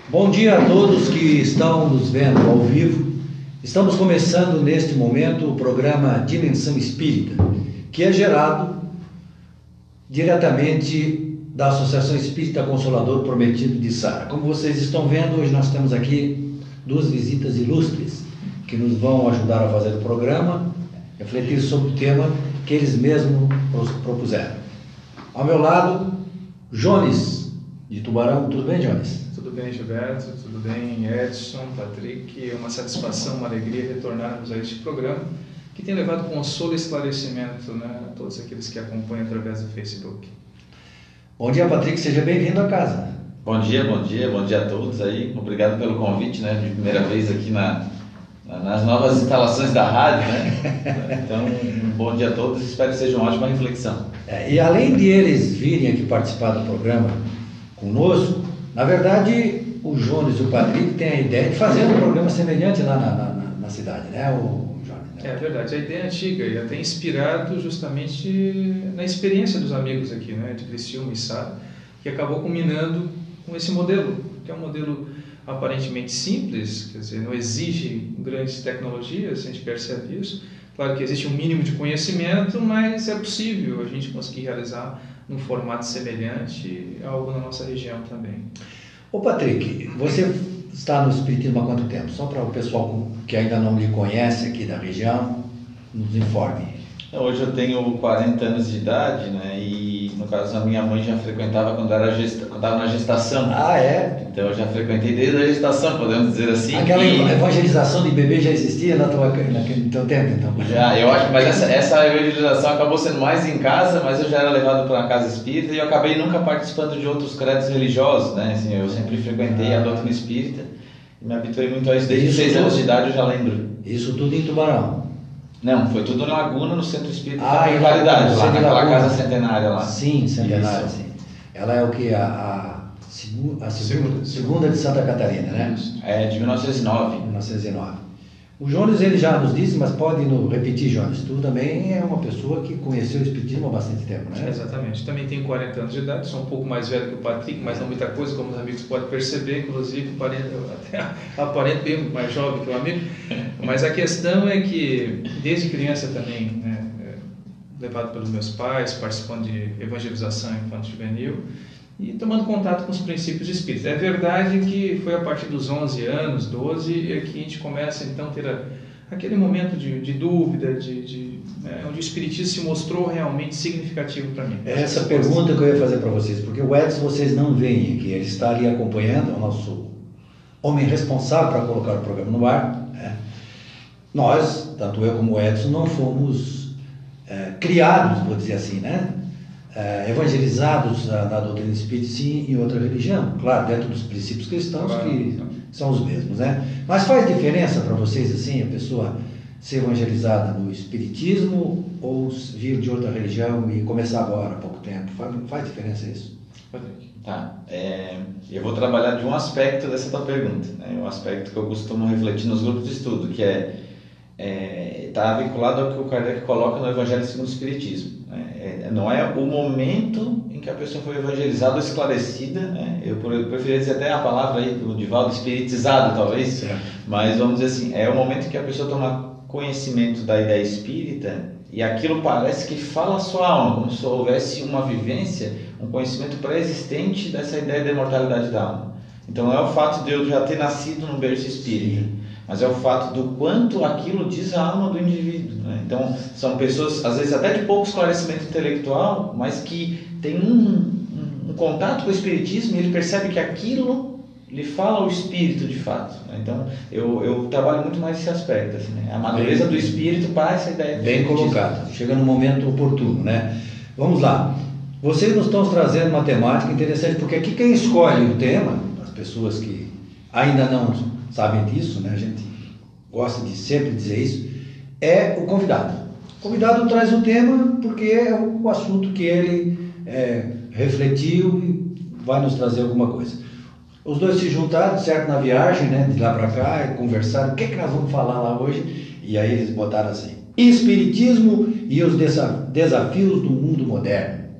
Bom dia a todos que estão nos vendo ao vivo. Estamos começando neste momento o programa Dimensão Espírita, que é gerado diretamente da Associação Espírita Consolador Prometido de Sara. Como vocês estão vendo, hoje nós temos aqui duas visitas ilustres que nos vão ajudar a fazer o programa, refletir sobre o tema que eles mesmos propuseram. Ao meu lado, Jones, de Tubarão. Tudo bem, Jones? Tudo bem, Gilberto, tudo bem, Edson, Patrick. É uma satisfação, uma alegria retornarmos a este programa que tem levado consolo e esclarecimento, né, a todos aqueles que acompanham através do Facebook. Bom dia, Patrick, seja bem-vindo à casa. Bom dia a todos aí. Obrigado pelo convite, né, de primeira vez aqui nas novas instalações da rádio, né? Então, um bom dia a todos, espero que seja uma ótima reflexão. E além de eles virem aqui participar do programa conosco, na verdade, o Jones e o Patrick têm a ideia de fazer um programa semelhante lá na cidade, né, o Jones? Né? É verdade, a ideia é antiga e até inspirado justamente na experiência dos amigos aqui, né, de Criciúma e Sara, que acabou culminando com esse modelo, que é um modelo aparentemente simples, quer dizer, não exige grandes tecnologias, a gente percebe isso. Claro que existe um mínimo de conhecimento, mas é possível a gente conseguir realizar num formato semelhante algo na nossa região também. Ô Patrick, você está no Espiritismo há quanto tempo? Só para o pessoal que ainda não lhe conhece aqui da região, nos informe. Hoje eu tenho 40 anos de idade, né, e no caso a minha mãe já frequentava quando estava na gestação. Ah, é? Então eu já frequentei desde a gestação, podemos dizer assim. Aquela evangelização de bebê já existia naquele teu tempo, então? Já, eu acho, mas essa evangelização acabou sendo mais em casa, mas eu já era levado para uma casa espírita e eu acabei nunca participando de outros credos religiosos, né, assim, eu sempre frequentei a doutrina espírita e me habituei muito a isso, desde os 6 anos de idade eu já lembro. Isso tudo em Tubarão? Não, foi tudo na Laguna, no Centro Espírita em Validade, lá naquela Laguna. casa centenária lá. Sim, centenária, sim. Ela é o que? A segunda de Santa Catarina, né? É, de 1909. 1909. O Jones, ele já nos disse, mas pode repetir, Jones, tu também é uma pessoa que conheceu o Espiritismo há bastante tempo, né? Exatamente. Também tenho 40 anos de idade, sou um pouco mais velho que o Patrick, mas não muita coisa, como os amigos podem perceber, inclusive até aparento bem mais jovem que o amigo. Mas a questão é que, desde criança também, né, levado pelos meus pais, participando de evangelização infanto-juvenil e tomando contato com os princípios espíritas. É verdade que foi a partir dos 11 anos, 12, que a gente começa então a ter aquele momento de dúvida, onde o espiritismo se mostrou realmente significativo para mim. É essa pergunta que eu ia fazer para vocês, porque o Edson vocês não veem aqui, ele está ali acompanhando, é o nosso homem responsável para colocar o programa no ar, né? Nós, tanto eu como o Edson, não fomos criados, vou dizer assim, né? Evangelizados na doutrina espírita, sim, em outra religião, claro, dentro dos princípios cristãos, que são os mesmos, né? Mas faz diferença para vocês, assim, a pessoa ser evangelizada no espiritismo ou vir de outra religião e começar agora, há pouco tempo? Faz diferença isso? Tá, eu vou trabalhar de um aspecto dessa tua pergunta, né? Um aspecto que eu costumo refletir nos grupos de estudo, que está vinculado ao que o Kardec coloca no Evangelho segundo o Espiritismo. Não é o momento em que a pessoa foi evangelizada ou esclarecida, né? Eu preferia dizer até a palavra aí do Divaldo, espiritizado talvez, certo. Mas vamos dizer assim, é o momento em que a pessoa toma conhecimento da ideia espírita e aquilo parece que fala a sua alma, como se houvesse uma vivência, um conhecimento pré-existente dessa ideia da imortalidade da alma. Então não é o fato de eu já ter nascido no berço espírita, mas é o fato do quanto aquilo diz a alma do indivíduo, né? Então são pessoas, às vezes até de pouco esclarecimento intelectual, mas que tem um contato com o espiritismo e ele percebe que aquilo lhe fala ao espírito de fato, né? Então eu trabalho muito mais esse aspecto, assim, né? A madureza do espírito para essa ideia. Bem colocado, chega no momento oportuno, né? Vamos lá, vocês nos estão trazendo uma temática interessante, porque aqui quem escolhe o tema, as pessoas que ainda não sabem disso, né? A gente gosta de sempre dizer isso, é o convidado. O convidado traz o tema porque é o assunto que ele refletiu e vai nos trazer alguma coisa. Os dois se juntaram, certo, na viagem, né, de lá para cá, e conversaram, o que nós vamos falar lá hoje? E aí eles botaram assim, Espiritismo e os desafios do mundo moderno.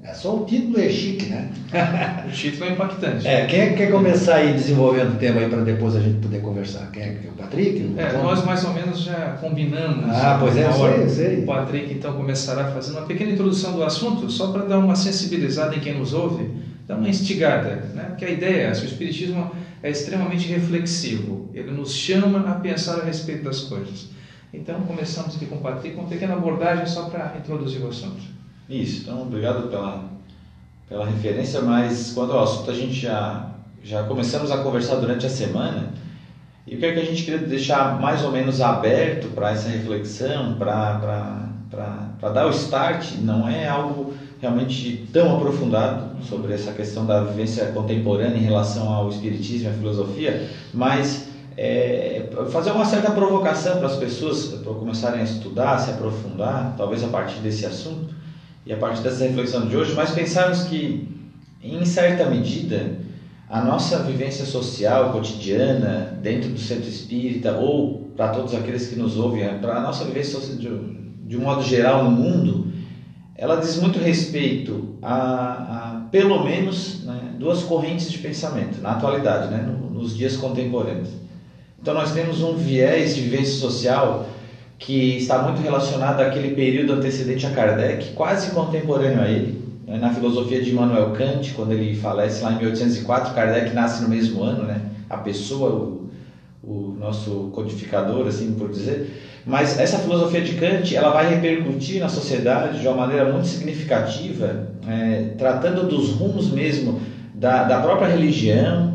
Só o título é chique, né? O título é impactante. Quem é que quer começar aí desenvolvendo o tema aí para depois a gente poder conversar? Quem é? O Patrick? Nós mais ou menos já combinamos. Pois é, sei. O Patrick então começará fazendo uma pequena introdução do assunto, só para dar uma sensibilizada em quem nos ouve, dar uma instigada, né? Porque a ideia, o Espiritismo é extremamente reflexivo, ele nos chama a pensar a respeito das coisas. Então começamos aqui com o Patrick, uma pequena abordagem só para introduzir o assunto. Isso, então obrigado pela referência, mas quanto ao assunto a gente já começamos a conversar durante a semana, e o que é que a gente queria deixar mais ou menos aberto para essa reflexão, para dar o start, não é algo realmente tão aprofundado sobre essa questão da vivência contemporânea em relação ao Espiritismo e à filosofia, mas fazer uma certa provocação para as pessoas para começarem a estudar, se aprofundar, talvez a partir desse assunto e a partir dessa reflexão de hoje, mas pensarmos que, em certa medida, a nossa vivência social, cotidiana, dentro do centro espírita, ou para todos aqueles que nos ouvem, para a nossa vivência de um modo geral no mundo, ela diz muito respeito a pelo menos, né, duas correntes de pensamento, na atualidade, né, nos dias contemporâneos. Então nós temos um viés de vivência social que está muito relacionado àquele período antecedente a Kardec, quase contemporâneo a ele, né? Na filosofia de Immanuel Kant, quando ele falece lá em 1804, Kardec nasce no mesmo ano, né? A pessoa, o nosso codificador, assim por dizer. Mas essa filosofia de Kant, ela vai repercutir na sociedade de uma maneira muito significativa, tratando dos rumos mesmo da própria religião,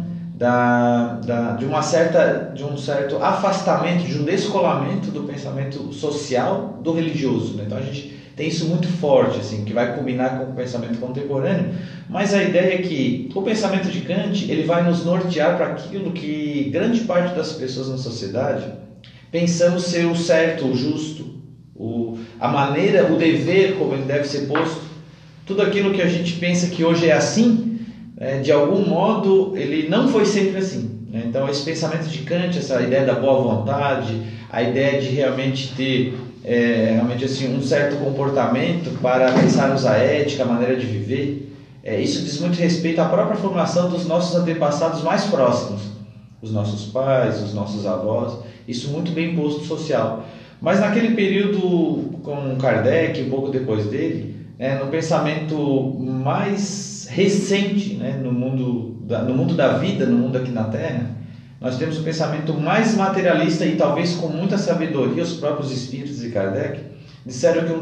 de um certo afastamento, de um descolamento do pensamento social do religioso, né? Então a gente tem isso muito forte, assim, que vai combinar com o pensamento contemporâneo, mas a ideia é que o pensamento de Kant ele vai nos nortear para aquilo que grande parte das pessoas na sociedade pensamos ser o certo, o justo, a maneira, o dever como ele deve ser posto, tudo aquilo que a gente pensa que hoje é assim, de algum modo ele não foi sempre assim, né? Então esse pensamento de Kant, essa ideia da boa vontade, a ideia de realmente ter realmente assim, um certo comportamento para pensarmos a ética, a maneira de viver, isso diz muito respeito à própria formação dos nossos antepassados mais próximos, os nossos pais, os nossos avós, isso muito bem posto social. Mas naquele período com Kardec, um pouco depois dele, no pensamento mais recente, né, no mundo da vida, no mundo aqui na Terra, nós temos um pensamento mais materialista e talvez com muita sabedoria, os próprios espíritos de Kardec disseram que uma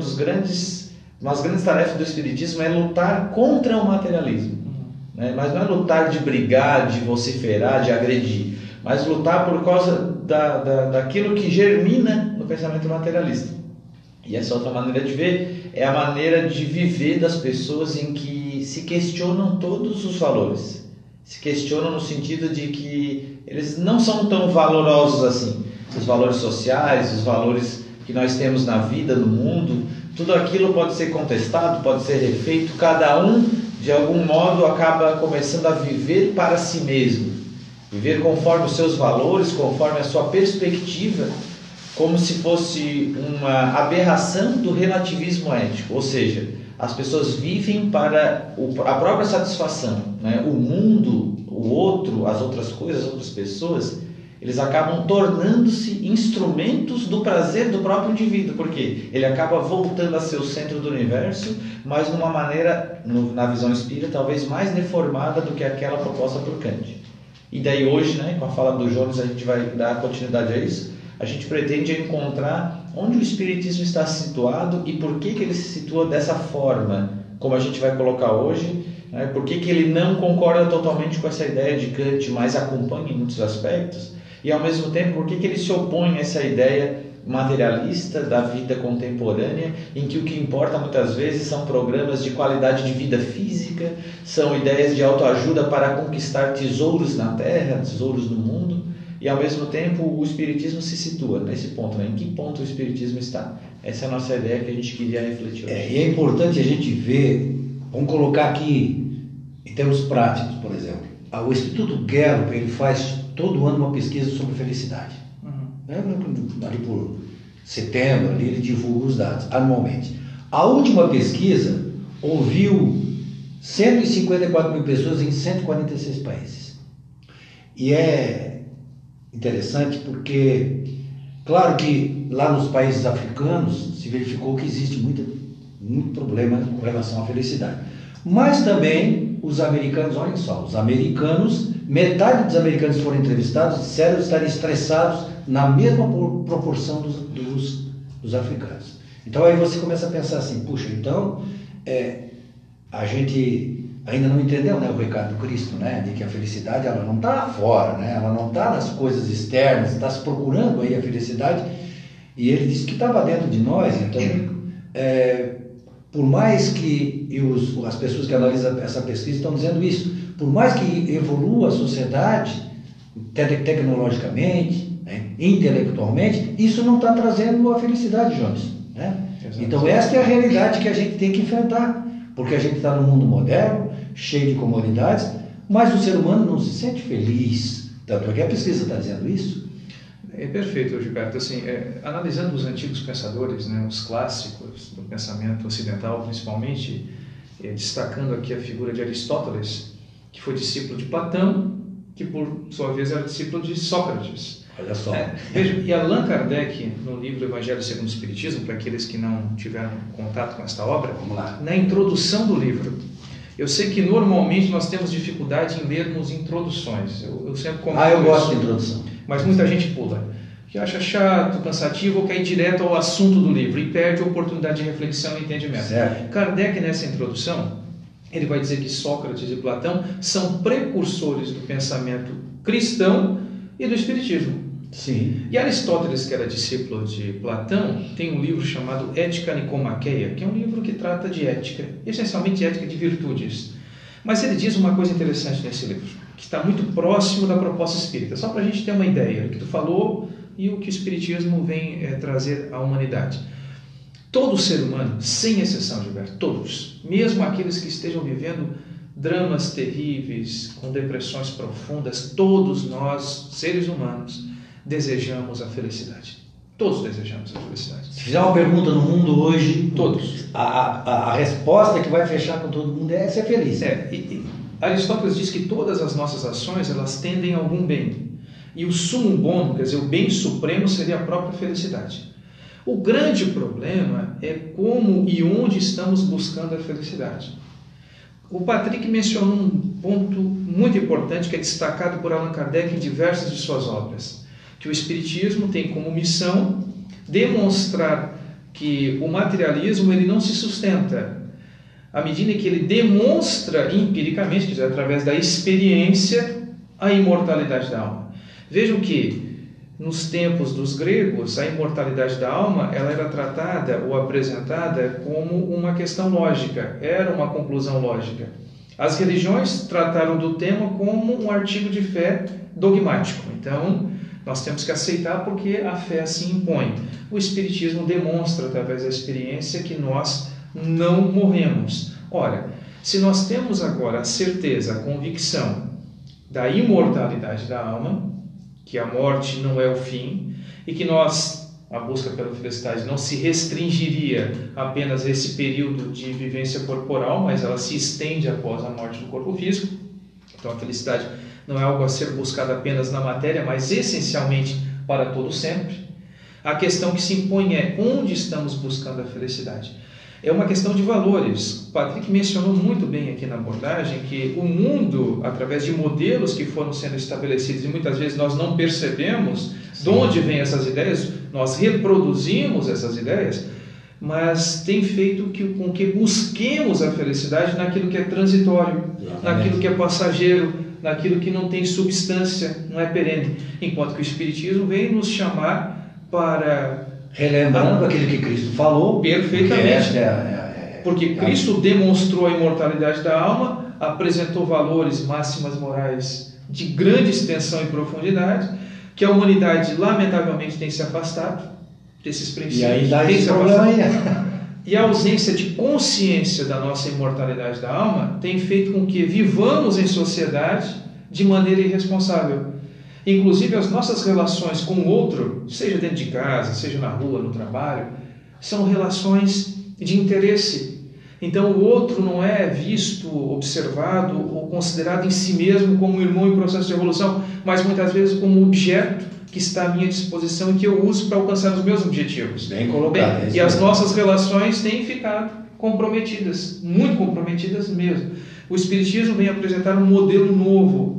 das grandes tarefas do Espiritismo é lutar contra o materialismo, né? Mas não é lutar de brigar, de vociferar, de agredir, mas lutar por causa daquilo que germina no pensamento materialista. E essa outra maneira de ver é a maneira de viver das pessoas em que se questionam todos os valores. Se questionam no sentido de que eles não são tão valorosos assim. Os valores sociais, os valores que nós temos na vida, no mundo, tudo aquilo pode ser contestado, pode ser refeito. Cada um, de algum modo, acaba começando a viver para si mesmo. Viver conforme os seus valores, conforme a sua perspectiva, como se fosse uma aberração do relativismo ético, ou seja, as pessoas vivem para a própria satisfação, né? O mundo, o outro, as outras coisas, as outras pessoas, eles acabam tornando-se instrumentos do prazer do próprio indivíduo, porque ele acaba voltando a ser o centro do universo, mas numa maneira, na visão espírita, talvez mais deformada do que aquela proposta por Kant. E daí hoje, né, com a fala do Jones, a gente vai dar continuidade a isso. A gente pretende encontrar onde o Espiritismo está situado e por que ele se situa dessa forma, como a gente vai colocar hoje, né? Por que ele não concorda totalmente com essa ideia de Kant, mas acompanha em muitos aspectos, e ao mesmo tempo por que ele se opõe a essa ideia materialista da vida contemporânea, em que o que importa muitas vezes são programas de qualidade de vida física, são ideias de autoajuda para conquistar tesouros na Terra, tesouros no mundo. E ao mesmo tempo o Espiritismo se situa nesse ponto, né? Em que ponto o Espiritismo está? Essa é a nossa ideia que a gente queria refletir hoje. E é importante a gente ver, vamos colocar aqui em termos práticos, por exemplo. O Instituto Gallup, ele faz todo ano uma pesquisa sobre felicidade. Ali por setembro, ali ele divulga os dados anualmente. A última pesquisa ouviu 154 mil pessoas em 146 países. E é interessante porque, claro que lá nos países africanos se verificou que existe muito problema com relação à felicidade. Mas também os americanos, olhem só, os americanos, metade dos americanos que foram entrevistados disseram estarem estressados na mesma proporção dos africanos. Então aí você começa a pensar assim, puxa, então a gente ainda não entendeu, né, o recado do Cristo, né, de que a felicidade ela não está fora, né, ela não está nas coisas externas, está se procurando aí a felicidade, e ele disse que estava dentro de nós. Então por mais que as pessoas que analisam essa pesquisa estão dizendo isso, por mais que evolua a sociedade tecnologicamente, né, intelectualmente, isso não está trazendo a felicidade, Jones, né? Então esta é a realidade que a gente tem que enfrentar, porque a gente está num mundo moderno, cheio de comodidades, mas o ser humano não se sente feliz, tanto é que a pesquisa está dizendo isso. É perfeito, Gilberto. Assim, analisando os antigos pensadores, né, os clássicos do pensamento ocidental, principalmente, destacando aqui a figura de Aristóteles, que foi discípulo de Platão, que por sua vez era discípulo de Sócrates. Olha só. Veja, e Allan Kardec, no livro Evangelho segundo o Espiritismo, para aqueles que não tiveram contato com esta obra, Vamos lá. na introdução do livro, eu sei que normalmente nós temos dificuldade em lermos introduções. Eu sempre comento eu gosto isso, de introdução. mas muita gente pula, que acha chato, cansativo, ou quer ir direto ao assunto do livro e perde a oportunidade de reflexão e entendimento. Certo. Kardec, nessa introdução, ele vai dizer que Sócrates e Platão são precursores do pensamento cristão e do espiritismo. Sim. E Aristóteles, que era discípulo de Platão, tem um livro chamado Ética Nicomaqueia, que é um livro que trata de ética, essencialmente ética de virtudes. Mas ele diz uma coisa interessante nesse livro, que está muito próximo da proposta espírita, só para a gente ter uma ideia do que tu falou e o que o espiritismo vem trazer à humanidade. Todo ser humano, sem exceção, Gilberto, todos, mesmo aqueles que estejam vivendo dramas terríveis, com depressões profundas, todos nós, seres humanos, desejamos a felicidade. Todos desejamos a felicidade. Se fizer uma pergunta no mundo hoje, todos. A resposta que vai fechar com todo mundo é ser feliz. Aristóteles diz que todas as nossas ações, elas tendem a algum bem. E o summum bonum, quer dizer, o bem supremo, seria a própria felicidade. O grande problema é como e onde estamos buscando a felicidade. O Patrick mencionou um ponto muito importante que é destacado por Allan Kardec em diversas de suas obras, que o Espiritismo tem como missão demonstrar que o materialismo ele não se sustenta à medida que ele demonstra empiricamente, quer dizer, através da experiência, a imortalidade da alma. Vejam que nos tempos dos gregos, a imortalidade da alma ela era tratada ou apresentada como uma questão lógica, era uma conclusão lógica. As religiões trataram do tema como um artigo de fé dogmático. Então, nós temos que aceitar porque a fé assim impõe. O Espiritismo demonstra, através da experiência, que nós não morremos. Ora, se nós temos agora a certeza, a convicção da imortalidade da alma, que a morte não é o fim, e que a busca pela felicidade não se restringiria apenas a esse período de vivência corporal, mas ela se estende após a morte do corpo físico. Então a felicidade não é algo a ser buscado apenas na matéria, mas essencialmente para todo sempre. A questão que se impõe é onde estamos buscando a felicidade. É uma questão de valores. O Patrick mencionou muito bem aqui na abordagem que o mundo, através de modelos que foram sendo estabelecidos, e muitas vezes nós não percebemos de onde vêm essas ideias, nós reproduzimos essas ideias, mas tem feito com que busquemos a felicidade naquilo que é transitório, naquilo que é passageiro, naquilo que não tem substância, não é perene. Enquanto que o Espiritismo vem nos chamar para... Relembrando aquilo que Cristo falou. Perfeitamente. Porque Cristo demonstrou a imortalidade da alma, apresentou valores, máximas morais de grande extensão e profundidade, que a humanidade lamentavelmente tem se afastado desses princípios. E aí dá esse problema aí. E a ausência de consciência da nossa imortalidade da alma tem feito com que vivamos em sociedade de maneira irresponsável. Inclusive as nossas relações com o outro, seja dentro de casa, seja na rua, no trabalho, são relações de interesse. Então o outro não é visto, observado ou considerado em si mesmo como um irmão em processo de evolução, mas muitas vezes como um objeto que está à minha disposição e que eu uso para alcançar os meus objetivos. Bem colocado. Bem, e as nossas relações têm ficado comprometidas, muito comprometidas mesmo. O Espiritismo vem apresentar um modelo novo.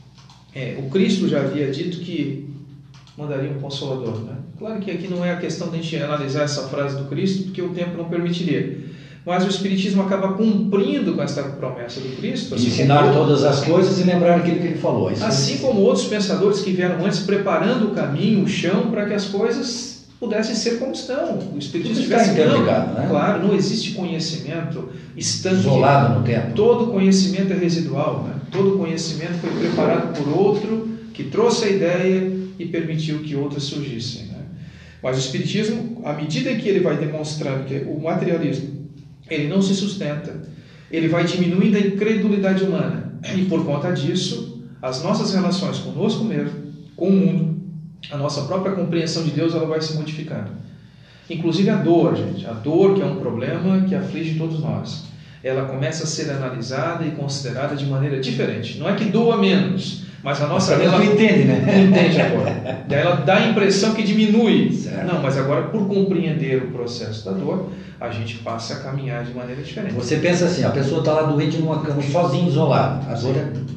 O Cristo já havia dito que mandaria um Consolador, né? Claro que aqui não é a questão de a gente analisar essa frase do Cristo, porque o tempo não permitiria. Mas o Espiritismo acaba cumprindo com essa promessa do Cristo. Assim, ensinar todas as coisas e lembrar aquilo que ele falou. Assim como outros pensadores que vieram antes, preparando o caminho, o chão, para que as coisas pudessem ser como estão. O Espiritismo está interligado, né? Claro, não existe conhecimento estanque. Isolado no tempo. Todo conhecimento é residual, né? Todo conhecimento foi preparado por outro, que trouxe a ideia e permitiu que outras surgissem, né? Mas o Espiritismo, à medida que ele vai demonstrando que o materialismo ele não se sustenta, ele vai diminuindo a incredulidade humana, e por conta disso, as nossas relações conosco mesmo, com o mundo, a nossa própria compreensão de Deus, ela vai se modificando. Inclusive a dor, gente, a dor que é um problema que aflige todos nós, ela começa a ser analisada e considerada de maneira diferente. Não é que doa menos, mas a nossa relação não entende, né? Não entende agora. Daí ela dá a impressão que diminui. Certo. Não, mas agora por compreender o processo da dor, a gente passa a caminhar de maneira diferente. Você pensa assim, a pessoa está lá doente numa cama, sozinho, isolada. A dor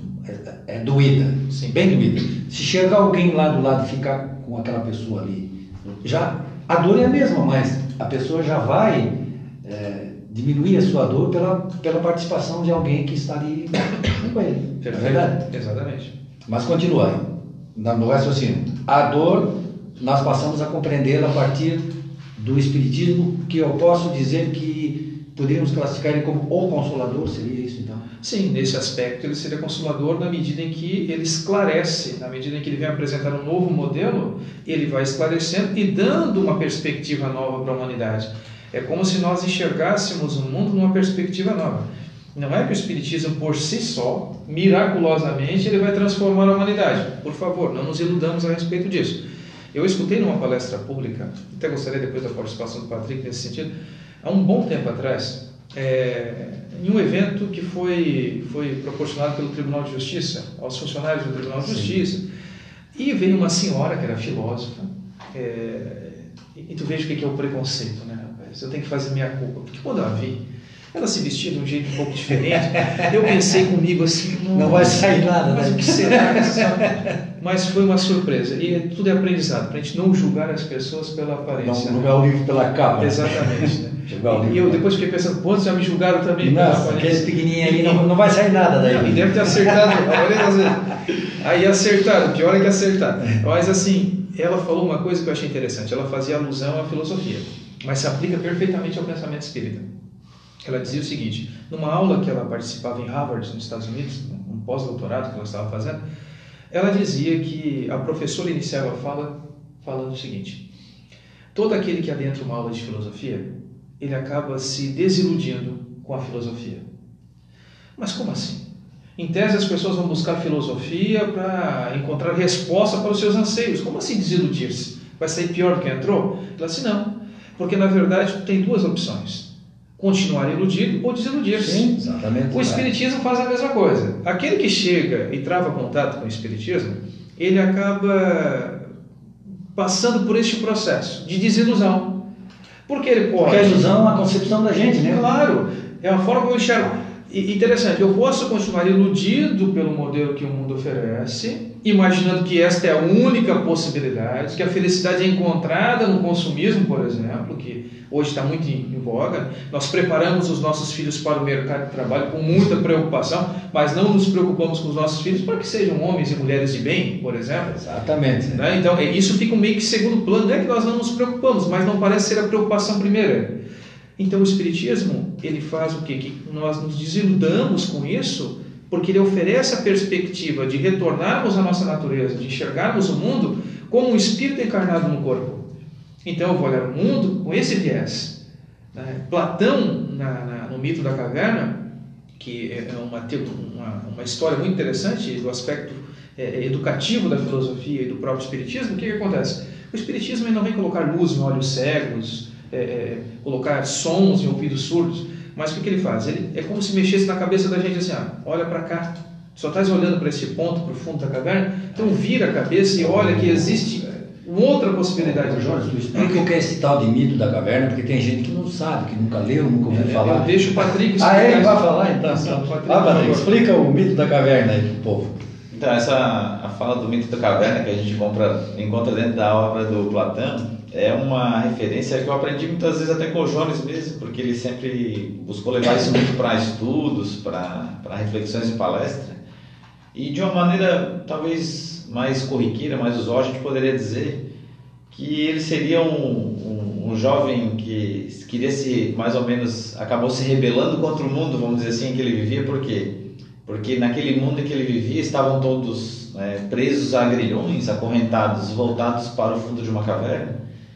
é doída, Sim. Bem doída. Se chegar alguém lá do lado e ficar com aquela pessoa ali, já a dor é a mesma, mas a pessoa já vai diminuir a sua dor pela participação de alguém que está ali com ele. Perfeito. É verdade? Exatamente. Mas continua, no raciocínio. A dor nós passamos a compreender a partir do Espiritismo, que eu posso dizer que poderíamos classificar ele como o Consolador, seria isso então? Sim, nesse aspecto ele seria consolador na medida em que ele esclarece, na medida em que ele vem apresentar um novo modelo, ele vai esclarecendo e dando uma perspectiva nova para a humanidade. É como se nós enxergássemos o mundo numa perspectiva nova. Não é que o Espiritismo por si só, miraculosamente, ele vai transformar a humanidade. Por favor, não nos iludamos a respeito disso. Eu escutei numa palestra pública, até gostaria depois da participação do Patrick nesse sentido, há um bom tempo atrás, em um evento que foi proporcionado pelo Tribunal de Justiça, aos funcionários do Tribunal de Justiça, e veio uma senhora que era filósofa, e tu veja o que é o preconceito, né, rapaz? Eu tenho que fazer minha culpa, porque quando eu vi, ela se vestia de um jeito um pouco diferente, eu pensei comigo assim, não vai sair nada, mas né? o que será? Mas foi uma surpresa, e tudo é aprendizado, para a gente não julgar as pessoas pela aparência. Não julgar o livro pela capa. Exatamente, né? E eu depois fiquei pensando, quantos já me julgaram também pela Nossa, aquele pequenininho ali não vai sair nada daí. E deve ter acertado, aí acertaram, pior é que acertaram. Mas assim, ela falou uma coisa que eu achei interessante, ela fazia alusão à filosofia, mas se aplica perfeitamente ao pensamento espírita. Ela dizia o seguinte, numa aula que ela participava em Harvard, nos Estados Unidos, um pós-doutorado que ela estava fazendo, ela dizia que a professora iniciava a fala falando o seguinte, todo aquele que adentra uma aula de filosofia, ele acaba se desiludindo com a filosofia. Mas como assim? Em tese as pessoas vão buscar filosofia para encontrar resposta para os seus anseios. Como assim desiludir-se? Vai sair pior do que entrou? Ela disse não, porque na verdade tem duas opções. Continuar iludido ou desiludir-se. Sim, exatamente. O Espiritismo faz a mesma coisa. Aquele que chega e trava contato com o Espiritismo, ele acaba passando por este processo de desilusão. Porque ele pode... Porque a ilusão é uma concepção da gente, né? Claro, é a forma como eu enxergo. Interessante, eu posso continuar iludido pelo modelo que o mundo oferece, imaginando que esta é a única possibilidade, que a felicidade é encontrada no consumismo, por exemplo, que hoje está muito em voga. Nós preparamos os nossos filhos para o mercado de trabalho com muita preocupação, mas não nos preocupamos com os nossos filhos para que sejam homens e mulheres de bem, por exemplo. Exatamente. Né? Então, isso fica meio que segundo plano. Não é que nós não nos preocupamos, mas não parece ser a preocupação primeira. Então, o Espiritismo, ele faz o quê? Que nós nos desiludamos com isso, porque ele oferece a perspectiva de retornarmos à nossa natureza, de enxergarmos o mundo como um espírito encarnado no corpo. Então eu vou olhar o mundo com esse viés. Platão, no mito da caverna, que é uma história muito interessante do aspecto educativo da filosofia e do próprio Espiritismo, o que acontece? O Espiritismo não vem colocar luz em olhos cegos, colocar sons em ouvidos surdos, Mas o que ele faz? Ele é como se mexesse na cabeça da gente assim, olha para cá, só estás olhando para esse ponto profundo da caverna, então vira a cabeça e olha que existe outra possibilidade. Jorge, tu explica o que é esse tal de mito da caverna, porque tem gente que não sabe, que nunca leu, nunca ouviu falar. Eu deixo o Patrick explicar. Ele vai falar então? Patrick, explica o mito da caverna aí pro povo. Então, a fala do mito da caverna que a gente encontra dentro da obra do Platão é uma referência que eu aprendi muitas vezes até com o Jones mesmo, porque ele sempre buscou levar isso muito para estudos, para reflexões em palestra. E de uma maneira talvez mais corriqueira, mais usual, a gente poderia dizer que ele seria um jovem que queria mais ou menos, acabou se rebelando contra o mundo, vamos dizer assim, em que ele vivia. Por quê? Porque naquele mundo em que ele vivia estavam todos presos a grilhões, acorrentados, voltados para o fundo de uma caverna.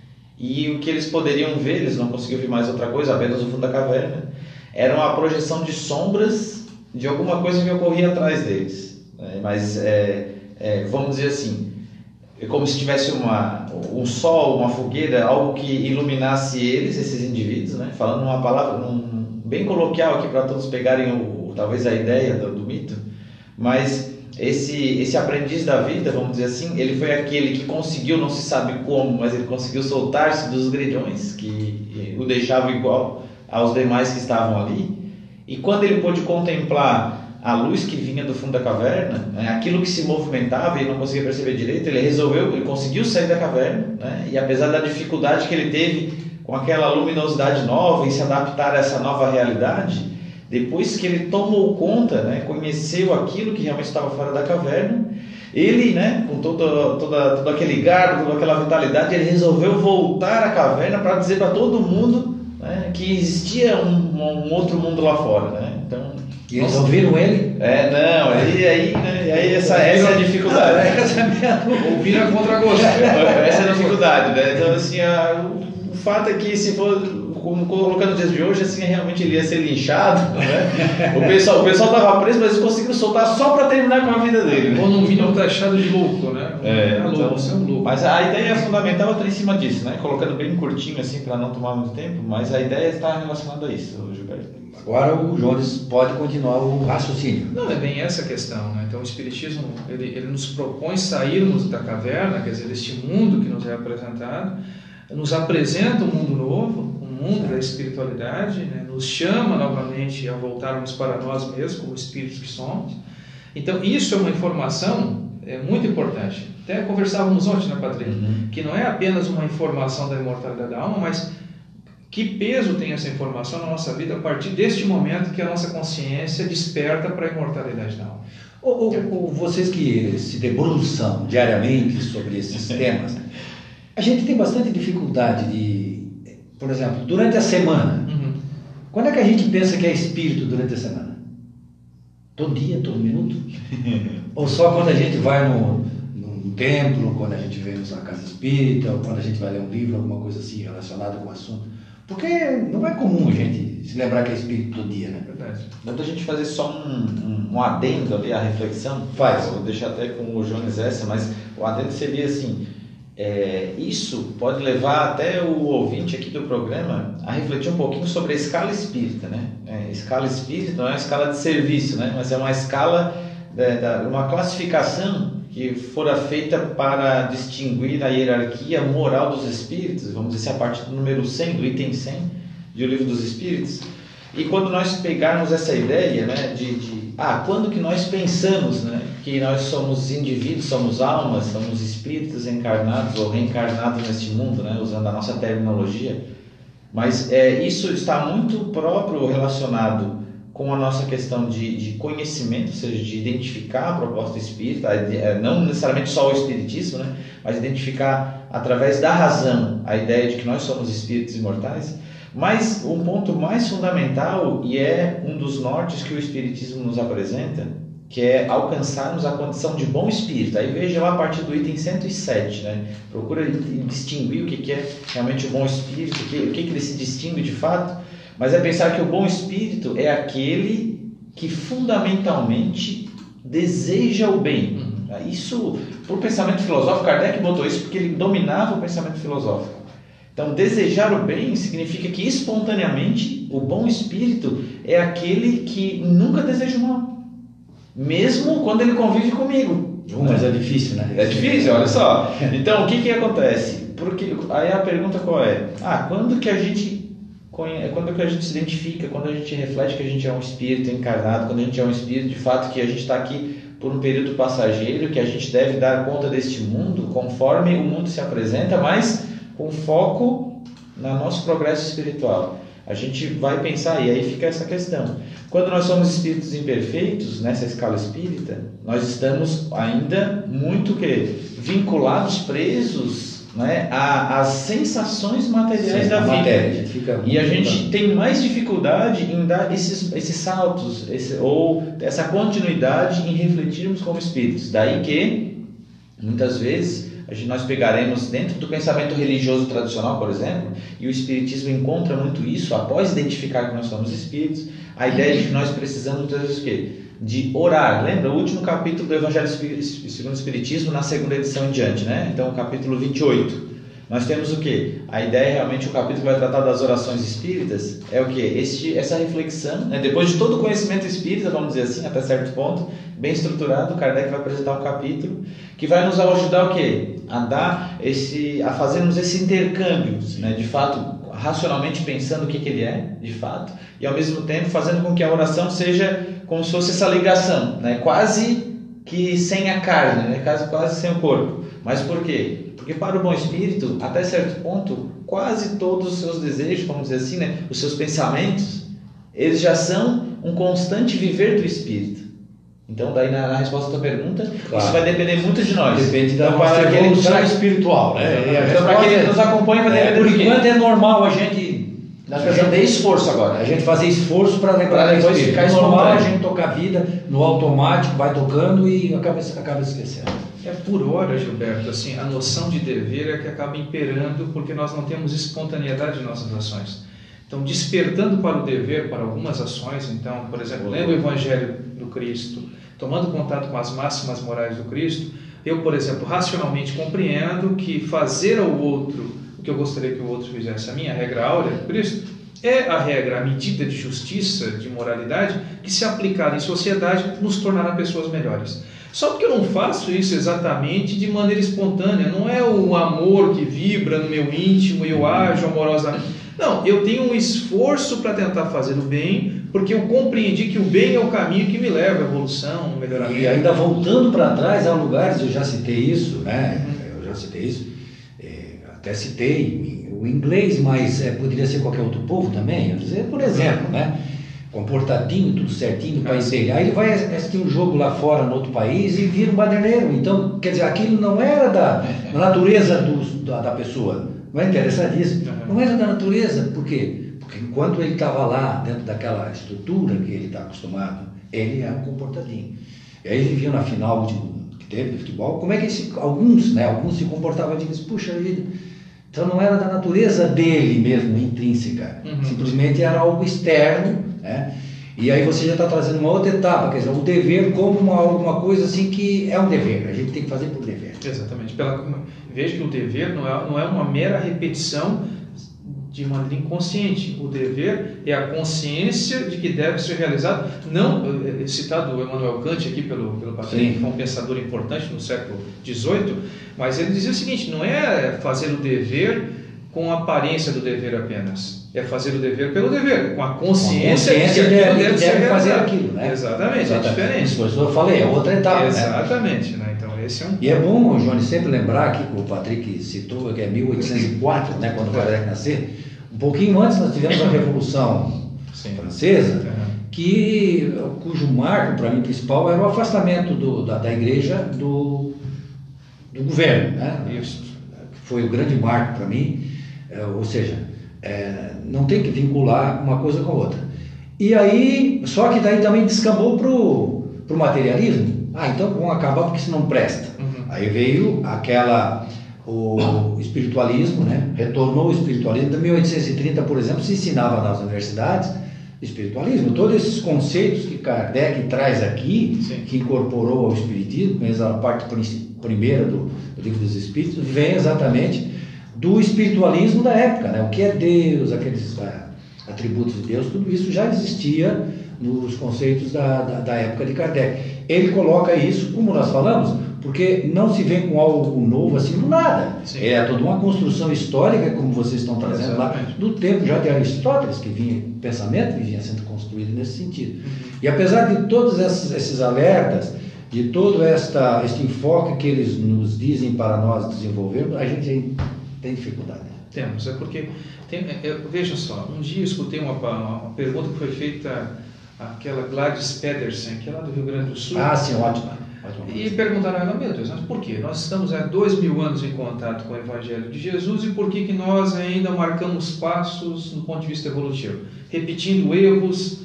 E o que eles poderiam ver, eles não conseguiam ver mais outra coisa, apenas o fundo da caverna, era uma projeção de sombras de alguma coisa que ocorria atrás deles. Mas vamos dizer assim, é como se tivesse um sol, uma fogueira, algo que iluminasse eles, esses indivíduos, né? Falando uma palavra bem coloquial aqui para todos pegarem talvez a ideia do mito, mas esse aprendiz da vida, vamos dizer assim, ele foi aquele que conseguiu, não se sabe como, mas ele conseguiu soltar-se dos grilhões que o deixavam igual aos demais que estavam ali, e quando ele pôde contemplar a luz que vinha do fundo da caverna, aquilo que se movimentava e ele não conseguia perceber direito, ele conseguiu sair da caverna, né? E apesar da dificuldade que ele teve com aquela luminosidade nova e se adaptar a essa nova realidade, depois que ele tomou conta, né, conheceu aquilo que realmente estava fora da caverna, ele, né, com todo aquele garbo, toda aquela vitalidade, ele resolveu voltar à caverna para dizer para todo mundo, né, que existia um outro mundo lá fora, né? Então, e eles ouviram ele? Aí essa é a dificuldade. Ouviram a contragosto. Essa é a dificuldade, né? Então, assim, o fato é que se for colocando nos dias de hoje, assim, realmente ele ia ser linchado, né? O pessoal estava preso, mas eles conseguiram soltar só para terminar com a vida dele. Ou no mínimo taxado de louco, né? Louco, você é um louco. Mas a ideia fundamental está em cima disso, né? Colocando bem curtinho assim para não tomar muito tempo, mas a ideia está relacionada a isso, Gilberto. Agora o Jones pode continuar o raciocínio. Não, é bem essa a questão, né? Então o Espiritismo, ele nos propõe sairmos da caverna, quer dizer, deste mundo que nos é apresentado, nos apresenta um mundo novo, um mundo da espiritualidade, né? Nos chama novamente a voltarmos para nós mesmos, como espíritos que somos. Então isso é uma informação muito importante. Até conversávamos ontem, né, Patrick? Que não é apenas uma informação da imortalidade da alma, mas que peso tem essa informação na nossa vida a partir deste momento que a nossa consciência desperta para a imortalidade da alma. Vocês que se debruçam diariamente sobre esses temas, a gente tem bastante dificuldade de, por exemplo, durante a semana. Quando é que a gente pensa que é espírito durante a semana? Todo dia, todo minuto? Ou só quando a gente vai num templo, quando a gente vê na casa espírita, ou quando a gente vai ler um livro, alguma coisa assim relacionada com o assunto? Porque não é comum a gente se lembrar que é espírito todo dia, né? Verdade. Dá pra gente fazer só um adendo ali à reflexão? Faz. Vou deixar até com o Jones essa, mas o adendo seria assim, isso pode levar até o ouvinte aqui do programa a refletir um pouquinho sobre a escala espírita, né? Escala espírita não é uma escala de serviço, né? Mas é uma escala, uma classificação que fora feita para distinguir a hierarquia moral dos espíritos, vamos dizer assim, a partir do número 100, do item 100 do Livro dos Espíritos. E quando nós pegarmos essa ideia, né, quando que nós pensamos, né, que nós somos indivíduos, somos almas, somos espíritos encarnados ou reencarnados neste mundo, né, usando a nossa terminologia, mas isso está muito próprio relacionado com a nossa questão de conhecimento, ou seja, de identificar a proposta espírita, não necessariamente só o espiritismo, né, mas identificar através da razão a ideia de que nós somos espíritos imortais. Mas um ponto mais fundamental, e é um dos nortes que o espiritismo nos apresenta, que é alcançarmos a condição de bom espírito. Aí veja lá a partir do item 107, né? Procura distinguir o que é realmente o bom espírito, o que ele se distingue de fato. Mas é pensar que o bom espírito é aquele que fundamentalmente deseja o bem. Isso, por pensamento filosófico, Kardec botou isso porque ele dominava o pensamento filosófico. Então, desejar o bem significa que espontaneamente o bom espírito é aquele que nunca deseja o mal, mesmo quando ele convive comigo. Mas é difícil, né? É difícil, olha só. Então, o que acontece? Porque aí a pergunta qual é? Quando que a gente se identifica, quando a gente reflete que a gente é um espírito encarnado, quando a gente é um espírito de fato que a gente está aqui por um período passageiro, que a gente deve dar conta deste mundo conforme o mundo se apresenta, mas com foco no nosso progresso espiritual. A gente vai pensar, e aí fica essa questão. Quando nós somos espíritos imperfeitos, nessa escala espírita, nós estamos ainda muito vinculados, presos, né, às sensações materiais da vida. E a gente tem mais dificuldade em dar esses saltos, ou essa continuidade em refletirmos como espíritos. Daí que, muitas vezes, nós pegaremos dentro do pensamento religioso tradicional, por exemplo, e o Espiritismo encontra muito isso, após identificar que nós somos espíritos, a ideia de que nós precisamos, muitas vezes, o quê? De orar. Lembra? O último capítulo do Evangelho segundo o Espiritismo, na segunda edição em diante, né? Então, o capítulo 28. Nós temos o quê? A ideia, realmente, o capítulo que vai tratar das orações espíritas, é o quê? Essa reflexão, né? Depois de todo o conhecimento espírita, vamos dizer assim, até certo ponto, bem estruturado, Kardec vai apresentar um capítulo que vai nos ajudar o quê? A fazermos esse intercâmbio, né? De fato, racionalmente pensando o que ele é, de fato, e ao mesmo tempo fazendo com que a oração seja como se fosse essa ligação, né? Quase que sem a carne, né? Quase sem o corpo. Mas por quê? Porque para o bom espírito, até certo ponto, quase todos os seus desejos, vamos dizer assim, né? Os seus pensamentos, eles já são um constante viver do espírito. Então, daí na resposta à tua pergunta, claro, isso vai depender muito de nós. Depende da nossa evolução espiritual, né? Então, para quem nos acompanha, vai depender por enquanto é normal a gente... Nós precisamos de esforço agora. A gente fazer esforço para lembrar depois ficar é normal a espontâneo. gente tocar a vida no automático, vai tocando e acaba esquecendo. É por hora, Gilberto, assim, a noção de dever é que acaba imperando porque nós não temos espontaneidade em nossas ações. Então, despertando para o dever, para algumas ações, então, por exemplo, lendo o Evangelho do Cristo, tomando contato com as máximas morais do Cristo, eu, por exemplo, racionalmente compreendo que fazer ao outro o que eu gostaria que o outro fizesse, a minha regra áurea do Cristo, é a regra, a medida de justiça, de moralidade, que se aplicada em sociedade nos tornará pessoas melhores. Só que eu não faço isso exatamente de maneira espontânea, não é o amor que vibra no meu íntimo e eu ajo amorosamente. Não, eu tenho um esforço para tentar fazer o bem, porque eu compreendi que o bem é o caminho que me leva à evolução, ao melhoramento. E ainda voltando para trás, há lugares, eu já citei isso, né? Até citei o inglês, mas poderia ser qualquer outro povo também. Por exemplo, né? Comportadinho, tudo certinho no país dele. Aí ele vai assistir um jogo lá fora, no outro país, e vira um baderneiro. Então, quer dizer, aquilo não era da natureza da pessoa. Não é interessante isso? Não era da natureza. Por quê? Porque enquanto ele estava lá, dentro daquela estrutura que ele está acostumado, ele era um comportadinho. E aí ele viu na final que teve de futebol, como é que alguns se comportavam e diziam, puxa vida, então não era da natureza dele mesmo, intrínseca. Simplesmente era algo externo, né? E aí você já está trazendo uma outra etapa, quer dizer, o dever como alguma coisa assim que é um dever, a gente tem que fazer por dever. Exatamente. Veja que o dever não é uma mera repetição de maneira inconsciente. O dever é a consciência de que deve ser realizado, não, citado o Emmanuel Kant aqui pelo Patrick, que foi um pensador importante no século XVIII, mas ele dizia o seguinte, não é fazer o dever com a aparência do dever apenas, é fazer o dever pelo dever, com a consciência de que aquilo deve fazer aquilo, né? Exatamente, é diferente. Isso eu falei, é outra etapa. Exatamente, né? Então esse é um... E é bom, Johnny, sempre lembrar aqui que o Patrick citou, que é 1804, né, quando o Kardec nasceu. Um pouquinho antes nós tivemos a Revolução Francesa, cujo marco, para mim, principal era o afastamento da igreja do governo, né? Isso. Foi o grande marco para mim, ou seja, não tem que vincular uma coisa com a outra. E aí, só que daí também descambou para o materialismo. Então vamos acabar porque isso não presta. Aí veio o espiritualismo, né? Retornou o espiritualismo. Em 1830, por exemplo, se ensinava nas universidades espiritualismo. Todos esses conceitos que Kardec traz aqui, que incorporou ao espiritismo, a parte primeira do Livro dos Espíritos, vem exatamente do espiritualismo da época, né? O que é Deus, aqueles atributos de Deus, tudo isso já existia nos conceitos da época de Kardec. Ele coloca isso, como nós falamos, porque não se vem com algo novo assim do nada. Sim. É toda uma construção histórica, como vocês estão trazendo lá, do tempo já de Aristóteles, que vinha, pensamento que vinha sendo construído nesse sentido. E apesar de todos esses alertas, de todo este enfoque que eles nos dizem para nós desenvolvermos, a gente tem dificuldade. Temos, é porque, veja só, um dia eu escutei uma pergunta que foi feita àquela Gladys Pedersen, que é lá do Rio Grande do Sul. Ah, sim, ótimo. E perguntaram a ela, meu Deus, mas por quê? Nós estamos há 2000 anos em contato com o Evangelho de Jesus e por que nós ainda marcamos passos do ponto de vista evolutivo? Repetindo erros,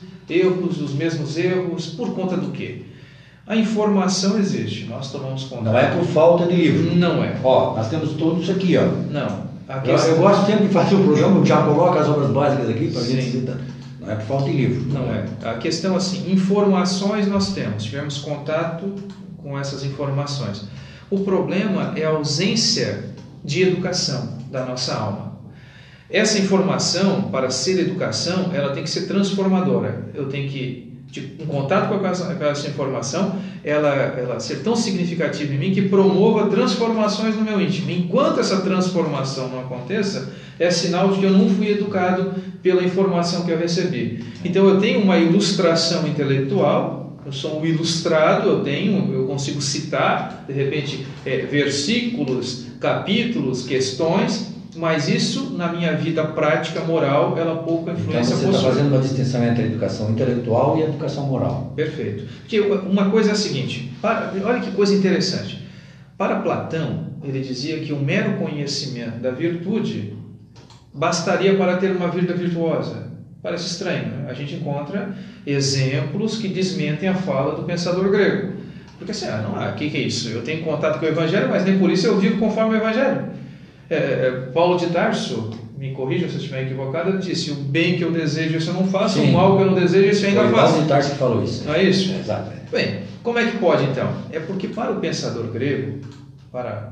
os mesmos erros, por conta do quê? A informação existe, nós tomamos conta. Não é por falta de livro. Não é. Ó, nós temos tudo isso aqui, ó. Não. Eu gosto sempre de fazer o programa, já coloca as obras básicas aqui para a gente Sim. citar. Não é por falta de livro. Não é. A questão assim, informações nós tivemos contato com essas informações. O problema é a ausência de educação da nossa alma. Essa informação, para ser educação, ela tem que ser transformadora. Eu tenho que, em contato com essa informação, ela ser tão significativa em mim que promova transformações no meu íntimo. Enquanto essa transformação não aconteça, é sinal de que eu não fui educado pela informação que eu recebi. Então eu tenho uma ilustração intelectual, eu sou um ilustrado, eu consigo citar, de repente, versículos, capítulos, questões, mas isso, na minha vida prática, moral, ela pouca influência possui. Então você está fazendo uma distinção entre a educação intelectual e a educação moral. Perfeito. Porque uma coisa é a seguinte, olha que coisa interessante. Para Platão, ele dizia que o mero conhecimento da virtude bastaria para ter uma vida virtuosa. Parece estranho, né? A gente encontra exemplos que desmentem a fala do pensador grego. Porque assim, o que é isso? Eu tenho contato com o Evangelho, mas nem por isso eu vivo conforme o Evangelho. Paulo de Tarso, me corrija se eu estiver equivocado, ele disse: o bem que eu desejo, isso eu não faço, sim. O mal que eu não desejo, isso eu ainda faço. Paulo de Tarso que falou isso. Não é isso? Exato. Bem, como é que pode então? É porque para o pensador grego, para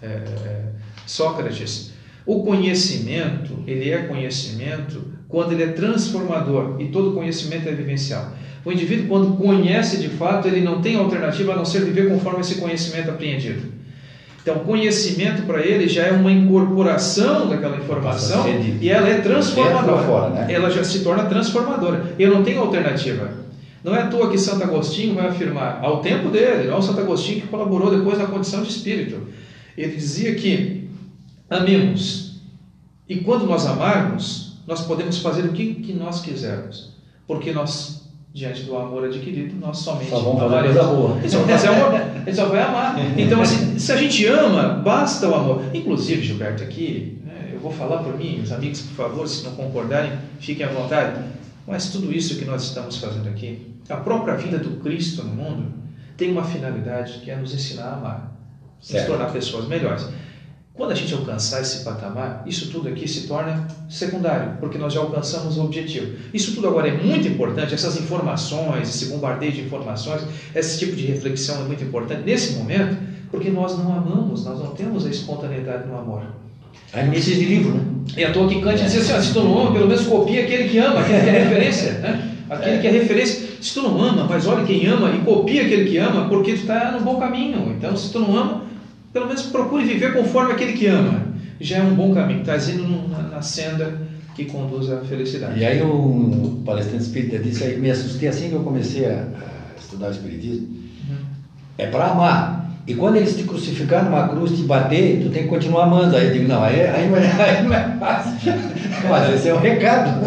Sócrates, o conhecimento, ele é conhecimento quando ele é transformador, e todo conhecimento é vivencial. O indivíduo, quando conhece de fato, ele não tem alternativa a não ser viver conforme esse conhecimento apreendido. Então, conhecimento para ele já é uma incorporação daquela informação e ela é transformadora. Fora, né? Ela já se torna transformadora. Eu não tenho alternativa. Não é à toa que Santo Agostinho vai afirmar, ao tempo dele, não o Santo Agostinho que colaborou depois na condição de espírito. Ele dizia que amemos, e quando nós amarmos, nós podemos fazer o que nós quisermos, porque nós, diante do amor adquirido, nós somente só vamos fazer coisa boa. A gente só vai fazer amor, a gente só vai amar. Então, assim, se a gente ama, basta o amor. Inclusive, Gilberto, aqui, né, eu vou falar por mim, os amigos, por favor, se não concordarem, fiquem à vontade. Mas tudo isso que nós estamos fazendo aqui, a própria vida do Cristo no mundo, tem uma finalidade que é nos ensinar a amar, nos tornar pessoas melhores. Quando a gente alcançar esse patamar, isso tudo aqui se torna secundário, porque nós já alcançamos o objetivo. Isso tudo agora é muito importante, essas informações, esse bombardeio de informações, esse tipo de reflexão é muito importante nesse momento, porque nós não amamos, nós não temos a espontaneidade no amor. Aí não precisa de livro, né? E à toa que Kant dizia assim, se tu não ama, pelo menos copia aquele que ama, aquele que é referência, né? Aquele que é referência. Se tu não ama, mas olha quem ama e copia aquele que ama, porque tu está no bom caminho. Então, se tu não ama, pelo menos procure viver conforme aquele que ama. Já é um bom caminho, está indo na senda que conduz à felicidade. E aí o palestrante espírita disse, aí me assustei assim que eu comecei a estudar o espiritismo. É para amar. E quando eles te crucificar numa cruz, te bater, tu tem que continuar amando. Aí eu digo, não, aí não é fácil. Mas esse é o recado.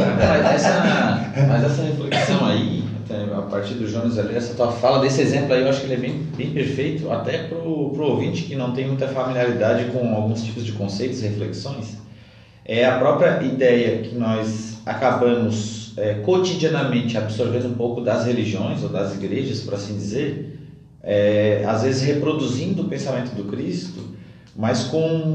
Mas essa reflexão aí, a partir do Jonas ali, essa tua fala desse exemplo aí, eu acho que ele é bem perfeito, até pro ouvinte que não tem muita familiaridade com alguns tipos de conceitos e reflexões. É a própria ideia que nós acabamos cotidianamente absorvendo um pouco das religiões ou das igrejas, por assim dizer, às vezes reproduzindo o pensamento do Cristo, mas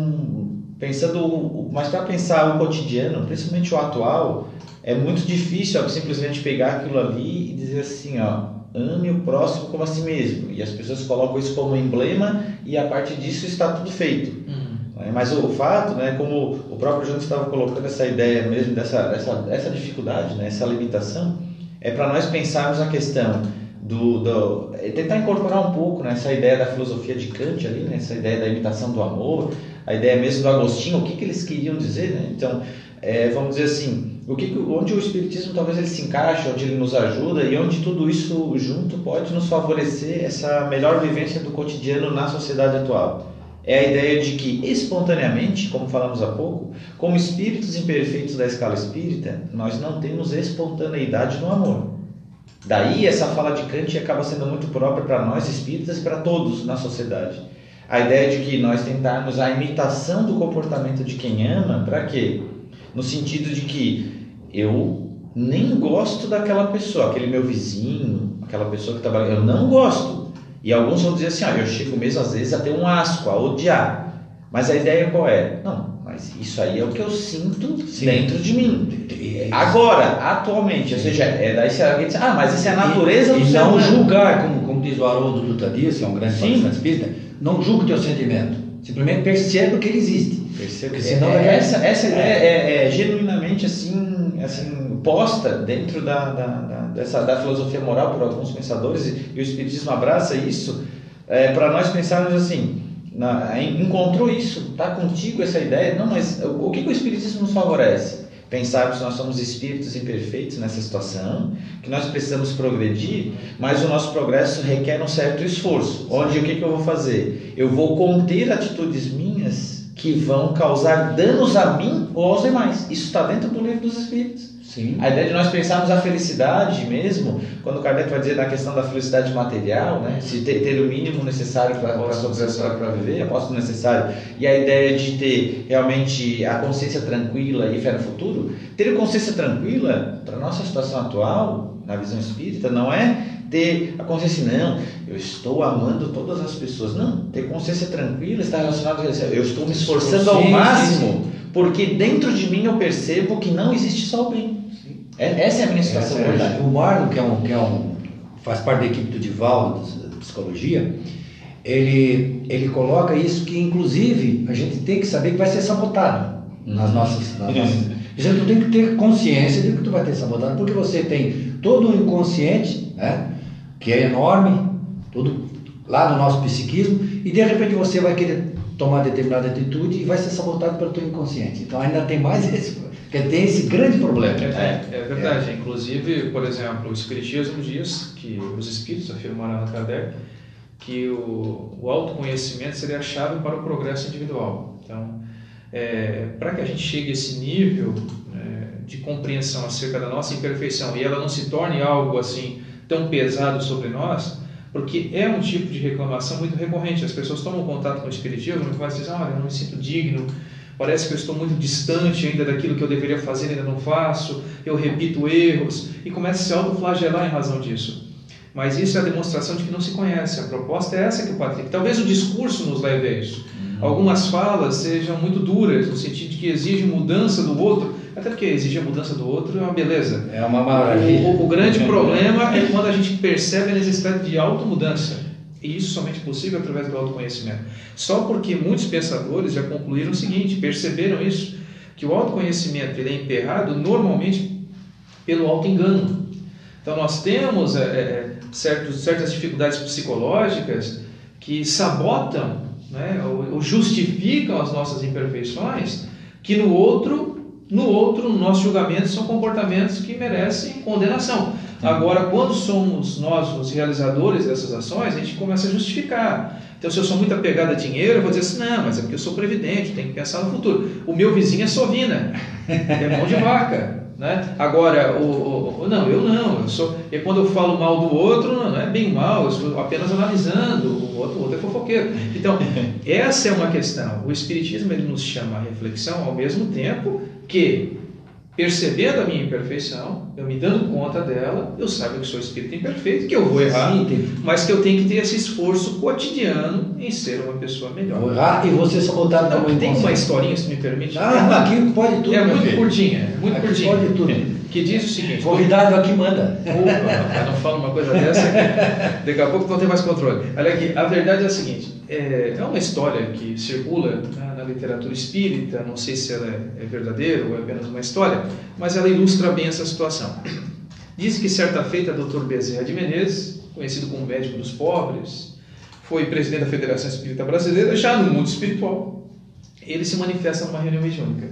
mas para pensar o cotidiano, principalmente o atual, é muito difícil simplesmente pegar aquilo ali e dizer assim, ame o próximo como a si mesmo. E as pessoas colocam isso como emblema e a partir disso está tudo feito. né? Mas o fato, né, como o próprio João estava colocando essa ideia mesmo dessa dificuldade, né, essa limitação, é para nós pensarmos a questão tentar incorporar um pouco, né, essa ideia da filosofia de Kant ali, né, essa ideia da imitação do amor, a ideia mesmo do Agostinho, o que eles queriam dizer, né? Então, vamos dizer assim, onde o Espiritismo talvez ele se encaixa, onde ele nos ajuda e onde tudo isso junto pode nos favorecer essa melhor vivência do cotidiano na sociedade atual. É a ideia de que, espontaneamente, como falamos há pouco, como espíritos imperfeitos da escala espírita, nós não temos espontaneidade no amor. Daí essa fala de Kant acaba sendo muito própria para nós espíritas e para todos na sociedade. A ideia de que nós tentarmos a imitação do comportamento de quem ama, para quê? No sentido de que eu nem gosto daquela pessoa, aquele meu vizinho, aquela pessoa que trabalha, eu não gosto. E alguns vão dizer assim, eu chego mesmo às vezes a ter um asco, a odiar. Mas a ideia qual é? Não, mas isso aí é o que eu sinto dentro de mim. Agora, atualmente, ou seja, daí se alguém diz, mas isso é a natureza do ser humano. E não julgar, como diz o Haroldo Dutra Dias, que é um grande palestrante espírita, não julgue o teu sentimento, simplesmente perceba que ele existe. Porque senão essa ideia é genuinamente assim posta dentro da filosofia moral por alguns pensadores, e o Espiritismo abraça isso, para nós pensarmos assim, encontrou isso, está contigo essa ideia, não, mas o que o Espiritismo nos favorece? Pensarmos que nós somos espíritos imperfeitos nessa situação, que nós precisamos progredir, mas o nosso progresso requer um certo esforço, onde o que eu vou fazer? Eu vou conter atitudes minhas que vão causar danos a mim ou aos demais. Isso está dentro do Livro dos Espíritos. Sim. A ideia de nós pensarmos a felicidade mesmo, quando Kardec vai dizer na questão da felicidade material, né? Se ter o mínimo necessário para viver, apóstolo necessário, e a ideia de ter realmente a consciência tranquila e fé no futuro, ter consciência tranquila para a nossa situação atual, na visão espírita, não é ter a consciência, não, eu estou amando todas as pessoas. Não, ter consciência tranquila está relacionado a isso. Eu estou me esforçando ao máximo, porque dentro de mim eu percebo que não existe só o bem. Essa é a minha situação hoje. O Marlon, faz parte da equipe do Divaldo, da psicologia, ele coloca isso, que inclusive a gente tem que saber que vai ser sabotado nas nossas. A gente tem que ter consciência de que tu vai ter sabotado, porque você tem todo o inconsciente, né, que é enorme, tudo lá no nosso psiquismo, e de repente você vai querer tomar determinada atitude e vai ser sabotado pelo teu inconsciente. Então ainda tem mais tem esse grande problema. É verdade. Inclusive, por exemplo, o Espiritismo diz que os espíritos afirmaram na Kardec que o autoconhecimento seria a chave para o progresso individual. Então, para que a gente chegue a esse nível de compreensão acerca da nossa imperfeição e ela não se torne algo assim tão pesado sobre nós, porque é um tipo de reclamação muito recorrente. As pessoas tomam contato com o Espiritismo e começam a dizer, eu não me sinto digno, parece que eu estou muito distante ainda daquilo que eu deveria fazer, ainda não faço, eu repito erros, e começa a se autoflagelar em razão disso. Mas isso é a demonstração de que não se conhece. A proposta é essa que o Patrick... Talvez o discurso nos leve a isso. Algumas falas sejam muito duras, no sentido de que exigem mudança do outro, até porque exigir a mudança do outro é uma beleza. É uma maravilha. O grande problema é quando a gente percebe a necessidade de automudança. E isso somente é possível através do autoconhecimento. Só porque muitos pensadores já concluíram o seguinte, perceberam isso, que o autoconhecimento ele é emperrado normalmente pelo autoengano. Então nós temos certas dificuldades psicológicas que sabotam, né, ou justificam as nossas imperfeições, que no outro, no nosso julgamento, são comportamentos que merecem condenação. Agora, quando somos nós os realizadores dessas ações, a gente começa a justificar. Então, se eu sou muito apegado a dinheiro, eu vou dizer assim, não, mas é porque eu sou previdente, tenho que pensar no futuro. O meu vizinho é sovina, é mão de vaca. Né? Agora, não, eu não. E quando eu falo mal do outro, não é bem mal, eu estou apenas analisando, o outro é fofoqueiro. Então, essa é uma questão. O Espiritismo ele nos chama a reflexão ao mesmo tempo que, percebendo a minha imperfeição, eu me dando conta dela, eu saiba que sou espírito imperfeito, que eu vou errar, mas que eu tenho que ter esse esforço cotidiano em ser uma pessoa melhor. Vou errar e você sabotado pelo inconsciente. Tem uma historinha, se me permite? Aqui pode tudo. É muito curtinha, muito curtinha. Pode tudo. que diz o seguinte... Convidado aqui manda. Opa, não fala uma coisa dessa, que daqui a pouco não tem mais controle. Olha aqui, a verdade é a seguinte, é uma história que circula, né, na literatura espírita, não sei se ela é verdadeira ou é apenas uma história, mas ela ilustra bem essa situação. Diz que certa feita, Dr. Bezerra de Menezes, conhecido como médico dos pobres, foi presidente da Federação Espírita Brasileira, já no mundo espiritual, ele se manifesta numa reunião mediúnica.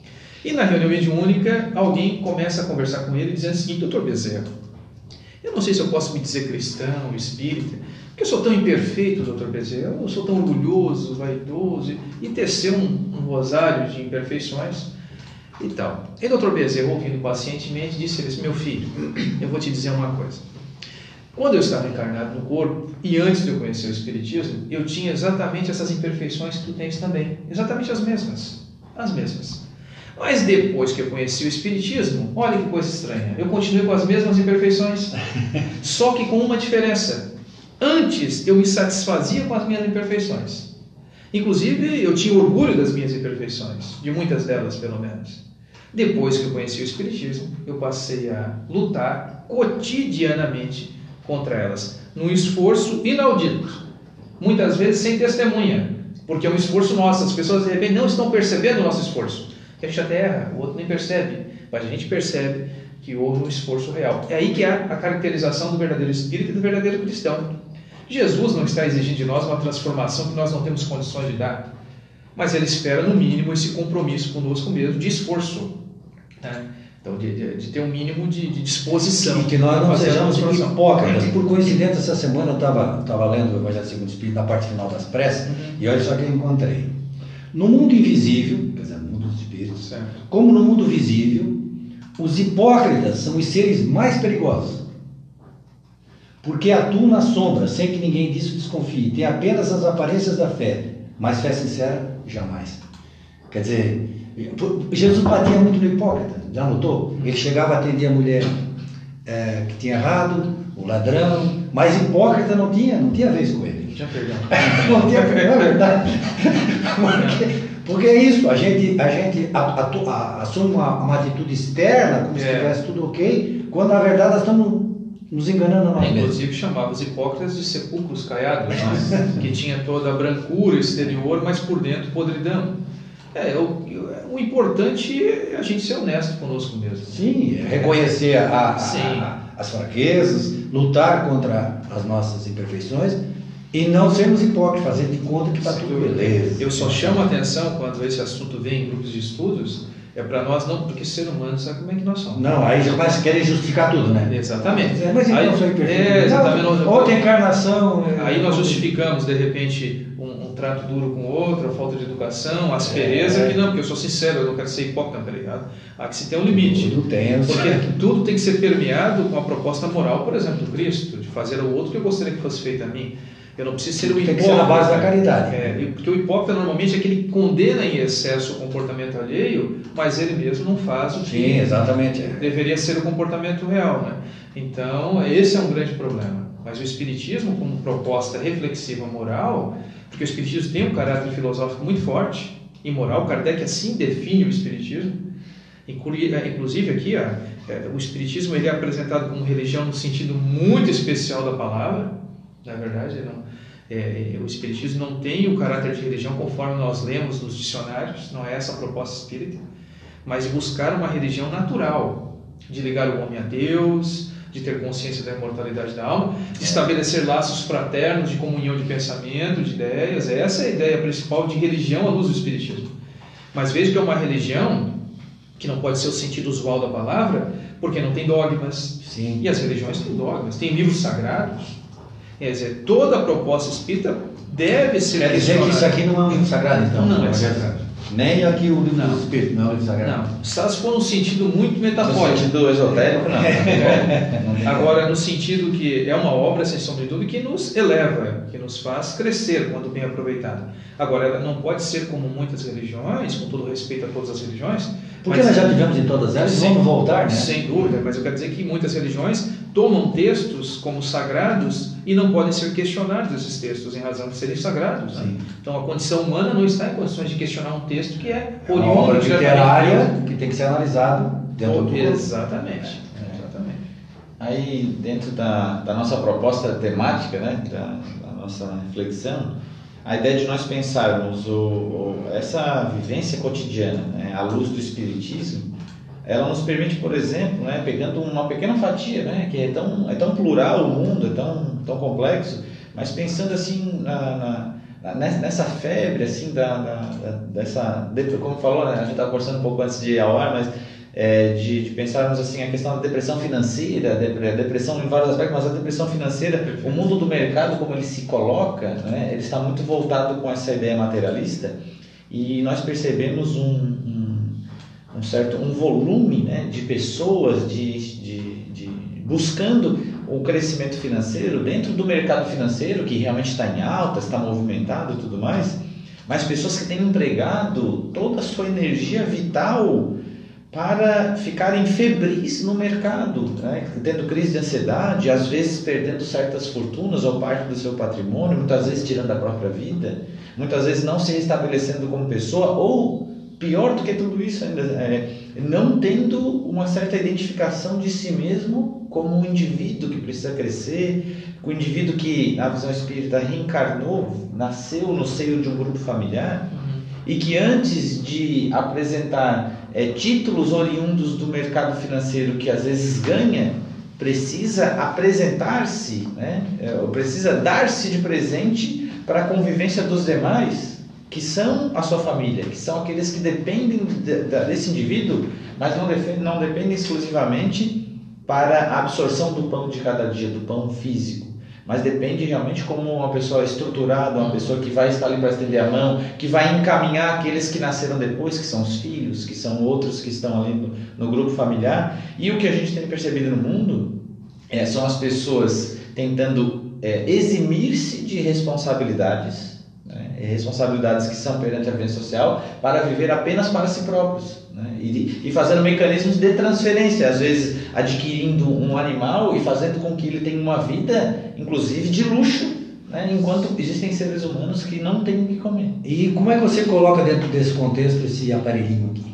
E na reunião mediúnica, alguém começa a conversar com ele, dizendo o seguinte: Dr. Bezerra, eu não sei se eu posso me dizer cristão, espírita, porque eu sou tão imperfeito, Dr. Bezerra, eu sou tão orgulhoso, vaidoso, e tecer um rosário de imperfeições e tal. E Dr. Bezerra, ouvindo pacientemente, disse-lhes: meu filho, eu vou te dizer uma coisa. Quando eu estava encarnado no corpo, e antes de eu conhecer o Espiritismo, eu tinha exatamente essas imperfeições que tu tens também. Exatamente as mesmas. As mesmas. Mas depois que eu conheci o Espiritismo, olha que coisa estranha, eu continuei com as mesmas imperfeições, só que com uma diferença. Antes eu me satisfazia com as minhas imperfeições. Inclusive eu tinha orgulho das minhas imperfeições, de muitas delas pelo menos. Depois que eu conheci o Espiritismo, eu passei a lutar cotidianamente contra elas, num esforço inaudito, muitas vezes sem testemunha, porque é um esforço nosso, as pessoas de repente não estão percebendo o nosso esforço. A gente até erra, o outro nem percebe, mas a gente percebe que houve um esforço real. É aí que há a caracterização do verdadeiro espírita e do verdadeiro cristão. Jesus não está exigindo de nós uma transformação que nós não temos condições de dar, mas ele espera no mínimo esse compromisso conosco mesmo, de esforço, né? Então, de ter um mínimo de disposição. E que nós não sejamos hipócritas. Por coincidência, essa semana eu estava lendo o Evangelho segundo o Espírito, na parte final das preces, e olha só que eu encontrei. No mundo invisível, quer dizer, no mundo dos espíritos, certo, como no mundo visível, os hipócritas são os seres mais perigosos, porque atuam na sombra, sem que ninguém disso desconfie, tem apenas as aparências da fé, mas fé sincera, jamais. Quer dizer, Jesus batia muito no hipócrita, já notou? Ele chegava a atender a mulher que tinha errado, o ladrão, mas hipócrita não tinha vez com ele. Já perdeu. Não tinha, não é verdade? Porque é isso, a gente assume uma atitude externa, como se tivesse tudo ok, quando na verdade nós estamos nos enganando a nós mesmos. Inclusive chamava os hipócritas de sepulcros caiados, né? Que tinha toda a brancura exterior, mas por dentro podridão. O importante é a gente ser honesto conosco mesmo. Sim, reconhecer as fraquezas, lutar contra as nossas imperfeições e não sermos hipócritas, fazendo de conta que está tudo beleza. Eu só chamo a atenção quando esse assunto vem em grupos de estudos, é para nós não, porque ser humano sabe como é que nós somos. Não, aí já começa a querer justificar tudo, né? Exatamente. Mas então sou imperfeito. Exatamente. Outra encarnação. Aí nós justificamos, de repente, um trato duro com o outro, a falta de educação, a aspereza, que não, porque eu sou sincero, eu não quero ser hipócrita, tá ligado? Há que se ter um limite. Tudo tem. Porque tudo tem que ser permeado com a proposta moral, por exemplo, do Cristo, de fazer ao outro o que eu gostaria que fosse feito a mim. Eu não preciso ser o hipócrita. Tem que ser na base da caridade. Porque o hipócrita normalmente é que ele condena em excesso o comportamento alheio, mas ele mesmo não faz o que exatamente. deveria ser o comportamento real, né? Então, esse é um grande problema. Mas o Espiritismo, como proposta reflexiva moral, porque o Espiritismo tem um caráter filosófico muito forte e moral, Kardec assim define o Espiritismo. Inclusive aqui, o Espiritismo ele é apresentado como religião no sentido muito especial da palavra. Na verdade, o Espiritismo não tem o caráter de religião conforme nós lemos nos dicionários, não é essa a proposta espírita, mas de buscar uma religião natural, de ligar o homem a Deus, de ter consciência da imortalidade da alma, de estabelecer laços fraternos de comunhão de pensamento, de ideias. Essa é a ideia principal de religião à luz do Espiritismo. Mas veja que é uma religião que não pode ser o sentido usual da palavra, porque não tem dogmas. Sim. E as religiões têm dogmas, têm livros sagrados. Quer dizer, toda a proposta espírita deve ser... Quer dizer que isso aqui não é um livro sagrado, então? Não é sagrado. Nem aqui o livro do Espírito, não é um livro sagrado. Não, se for num sentido muito metafórico. No sentido esotérico, não. Agora, no sentido que é uma obra, sem sombra de dúvida, que nos eleva, que nos faz crescer quando bem aproveitada. Agora, ela não pode ser como muitas religiões, com todo respeito a todas as religiões. Porque nós já tivemos em todas elas e vamos voltar, né? Sem dúvida, mas eu quero dizer que muitas religiões tomam textos como sagrados e não podem ser questionados esses textos em razão de serem sagrados. Né? Então a condição humana não está em condições de questionar um texto que é uma obra literária que tem que ser analisado dentro do grupo. Exatamente. Aí, dentro da nossa proposta temática, né, da nossa reflexão, a ideia de nós pensarmos essa vivência cotidiana, né, à luz do Espiritismo, ela nos permite, por exemplo, né, pegando uma pequena fatia, né, que é tão plural o mundo, é tão complexo, mas pensando assim nessa febre assim dessa, como falou, né, a gente estava conversando um pouco antes de ir ao ar, mas de pensarmos assim a questão da depressão financeira, depressão em vários aspectos, mas a depressão financeira, o mundo do mercado como ele se coloca, né, ele está muito voltado com essa ideia materialista, e nós percebemos um volume, né, de pessoas buscando o crescimento financeiro dentro do mercado financeiro, que realmente está em alta, está movimentado e tudo mais, mas pessoas que têm empregado toda a sua energia vital para ficarem febris no mercado, né? Tendo crise de ansiedade, às vezes perdendo certas fortunas ou parte do seu patrimônio, muitas vezes tirando a própria vida, muitas vezes não se restabelecendo como pessoa, ou pior do que tudo isso ainda, não tendo uma certa identificação de si mesmo como um indivíduo que precisa crescer, o indivíduo que, na visão espírita, reencarnou, nasceu no seio de um grupo familiar, e que antes de apresentar títulos oriundos do mercado financeiro que às vezes ganha, precisa apresentar-se, né? Precisa dar-se de presente para a convivência dos demais, que são a sua família, que são aqueles que dependem desse indivíduo, mas não dependem exclusivamente para a absorção do pão de cada dia, do pão físico, mas depende realmente como uma pessoa estruturada, uma pessoa que vai estar ali para estender a mão, que vai encaminhar aqueles que nasceram depois, que são os filhos, que são outros que estão ali no grupo familiar. E o que a gente tem percebido no mundo são as pessoas tentando eximir-se de responsabilidades, né, responsabilidades que são perante a vida social, para viver apenas para si próprios, né, e fazendo mecanismos de transferência, às vezes adquirindo um animal e fazendo com que ele tenha uma vida, inclusive de luxo, né, enquanto existem seres humanos que não têm o que comer. E como é que você coloca dentro desse contexto esse aparelhinho aqui?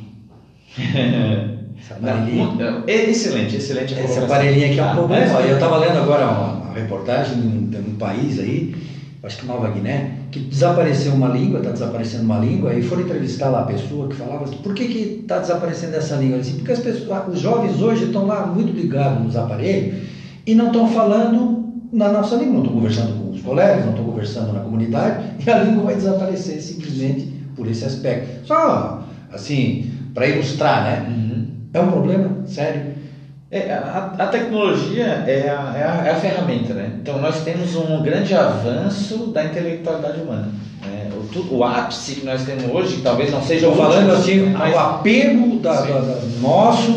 Esse aparelhinho. Excelente. Esse aparelhinho aqui é um problema. Eu estava lendo agora uma reportagem de um país aí, acho que Nova Guiné, que desapareceu uma língua, está desaparecendo uma língua, e foram entrevistar lá a pessoa que falava assim, por que está desaparecendo essa língua? Assim, porque os jovens hoje estão lá muito ligados nos aparelhos e não estão falando na nossa língua, não estão conversando com os colegas, não estão conversando na comunidade, e a língua vai desaparecer simplesmente por esse aspecto. Só assim, para ilustrar, né? É um problema sério. A tecnologia é a ferramenta, né? Então nós temos um grande avanço da intelectualidade humana, né? O ápice que nós temos hoje, talvez não seja Estou falando assim, o apego nosso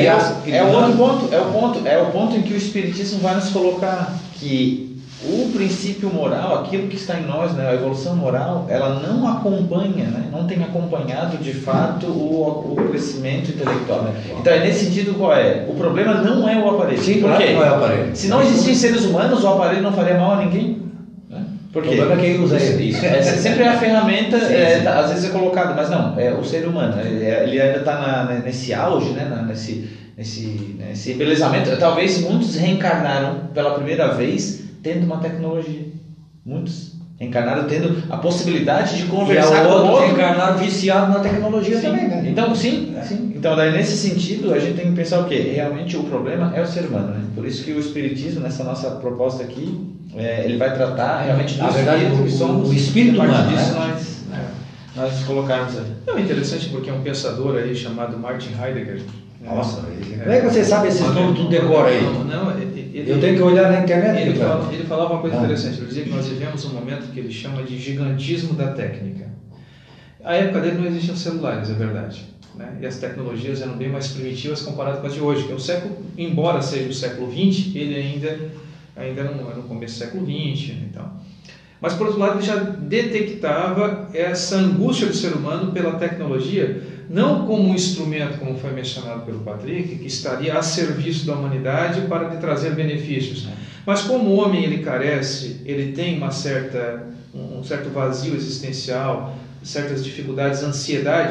é o ponto em que o Espiritismo vai nos colocar, que o princípio moral, aquilo que está em nós, né, a evolução moral, ela não acompanha, né, não tem acompanhado de fato o crescimento intelectual. Né? Então, nesse sentido, qual é? O problema não é o aparelho. Sim, claro que não é o aparelho. Se não existissem seres humanos, o aparelho não faria mal a ninguém. Né? O problema é quem usa isso. Sempre é a ferramenta, às vezes é colocado, mas não, é o ser humano. Ele ainda está nesse auge, né, nesse embelezamento. Talvez muitos reencarnaram pela primeira vez tendo uma tecnologia. Muitos reencarnaram tendo a possibilidade de conversar com outros. Reencarnaram viciado na tecnologia também, né? Então, sim. Então, daí, nesse sentido, a gente tem que pensar o quê? Realmente o problema é o ser humano, né? Por isso que o Espiritismo, nessa nossa proposta aqui, ele vai tratar realmente do espírito que somos. O espírito humano, disso nós colocarmos ali. É interessante porque é um pensador aí chamado Martin Heidegger. Nossa, como é que você sabe esses nomes tudo decora aí? Eu tenho que olhar na internet. Ele falava uma coisa interessante, ele dizia que nós vivemos um momento que ele chama de gigantismo da técnica. A época dele não existiam celulares, é verdade, né? E as tecnologias eram bem mais primitivas comparadas com as de hoje, que o século, embora seja o século XX, ele ainda não era no começo do século XX, então. Mas, por outro lado, ele já detectava essa angústia do ser humano pela tecnologia, não como um instrumento, como foi mencionado pelo Patrick, que estaria a serviço da humanidade para lhe trazer benefícios, mas como o homem ele carece, ele tem um certo vazio existencial, certas dificuldades, ansiedades,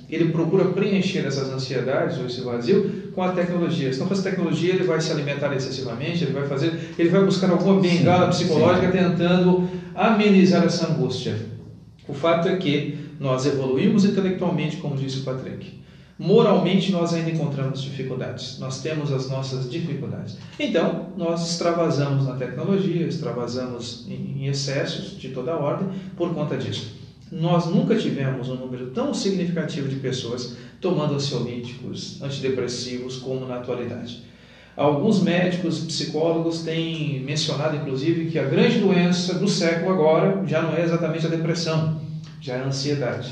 ele procura preencher essas ansiedades ou esse vazio com a tecnologia. Se não fosse tecnologia, ele vai se alimentar excessivamente, ele vai buscar alguma bengala psicológica tentando amenizar essa angústia. O fato é que nós evoluímos intelectualmente, como disse o Patrick. Moralmente, nós ainda encontramos dificuldades. Nós temos as nossas dificuldades. Então, nós extravasamos na tecnologia, extravasamos em excessos de toda ordem por conta disso. Nós nunca tivemos um número tão significativo de pessoas tomando ansiolíticos, antidepressivos, como na atualidade. Alguns médicos, psicólogos têm mencionado, inclusive, que a grande doença do século agora já não é exatamente a depressão, já é a ansiedade,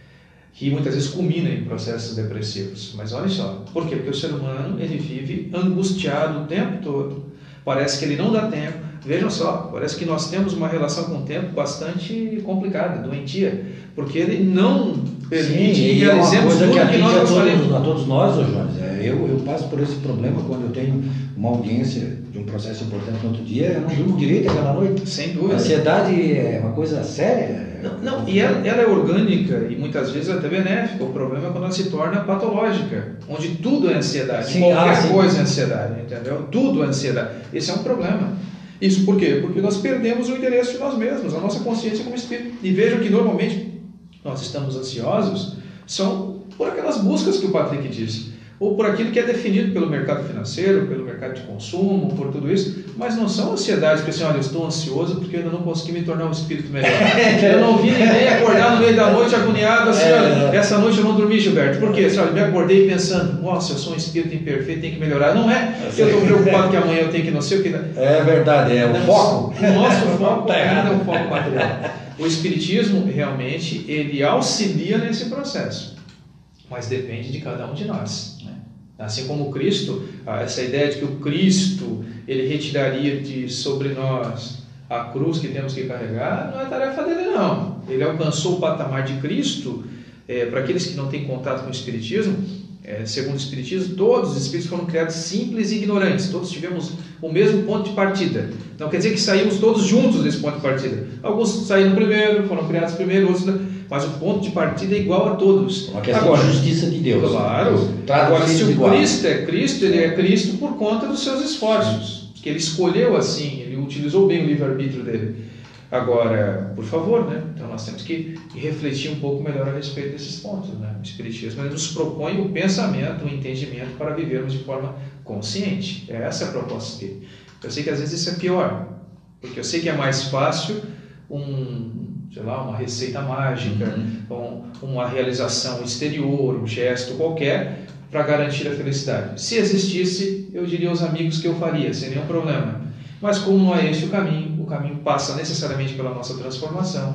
que muitas vezes culmina em processos depressivos. Mas olha só, por quê? Porque o ser humano ele vive angustiado o tempo todo, parece que ele não dá tempo. Vejam só, parece que nós temos uma relação com o tempo bastante complicada, doentia, porque ele não permite que realizemos tudo que nós gostaríamos. A todos nós, Jones. Eu passo por esse problema quando eu tenho uma audiência de um processo importante no outro dia, eu não durmo direito aquela noite. Sem dúvida. A ansiedade é uma coisa séria. Não, e ela é orgânica e muitas vezes até benéfica. O problema é quando ela se torna patológica, onde tudo é ansiedade, qualquer coisa é ansiedade, entendeu? Tudo é ansiedade. Esse é um problema. Isso por quê? Porque nós perdemos o endereço de nós mesmos, a nossa consciência como espírito. E vejam que normalmente nós estamos ansiosos são por aquelas buscas que o Patrick disse, ou por aquilo que é definido pelo mercado financeiro, pelo mercado de consumo, por tudo isso, mas não são ansiedades, porque assim, olha, eu estou ansioso porque eu ainda não consegui me tornar um espírito melhor. Eu não vi ninguém acordar no meio da noite agoniado, assim, olha, essa noite eu não dormi, Gilberto. Por quê? Assim, olha, me acordei pensando, nossa, eu sou um espírito imperfeito, tem que melhorar. Não é que eu estou preocupado que amanhã eu tenho que não sei o que... É verdade, é o foco. O nosso foco ainda é o foco material. O espiritismo, realmente, ele auxilia nesse processo, mas depende de cada um de nós, né? Assim como o Cristo, essa ideia de que o Cristo ele retiraria sobre nós a cruz que temos que carregar, não é tarefa dele não. Ele alcançou o patamar de Cristo. Para aqueles que não têm contato com o Espiritismo, segundo o Espiritismo, todos os Espíritos foram criados simples e ignorantes, todos tivemos o mesmo ponto de partida. Não quer dizer que saímos todos juntos desse ponto de partida. Alguns saíram primeiro, foram criados primeiro, outros... Mas o ponto de partida é igual a todos. Uma questão de justiça de Deus. Claro. Agora, se o Cristo é Cristo, ele é Cristo por conta dos seus esforços. Que ele escolheu assim, ele utilizou bem o livre-arbítrio dele. Agora, por favor, né? Então nós temos que refletir um pouco melhor a respeito desses pontos, né? O Espiritismo ele nos propõe o pensamento, o entendimento para vivermos de forma consciente. Essa é a proposta dele. Eu sei que às vezes isso é pior, porque eu sei que é mais fácil uma receita mágica, uma realização exterior, um gesto qualquer para garantir a felicidade. Se existisse, eu diria aos amigos que eu faria, sem nenhum problema. Mas como não é esse o caminho passa necessariamente pela nossa transformação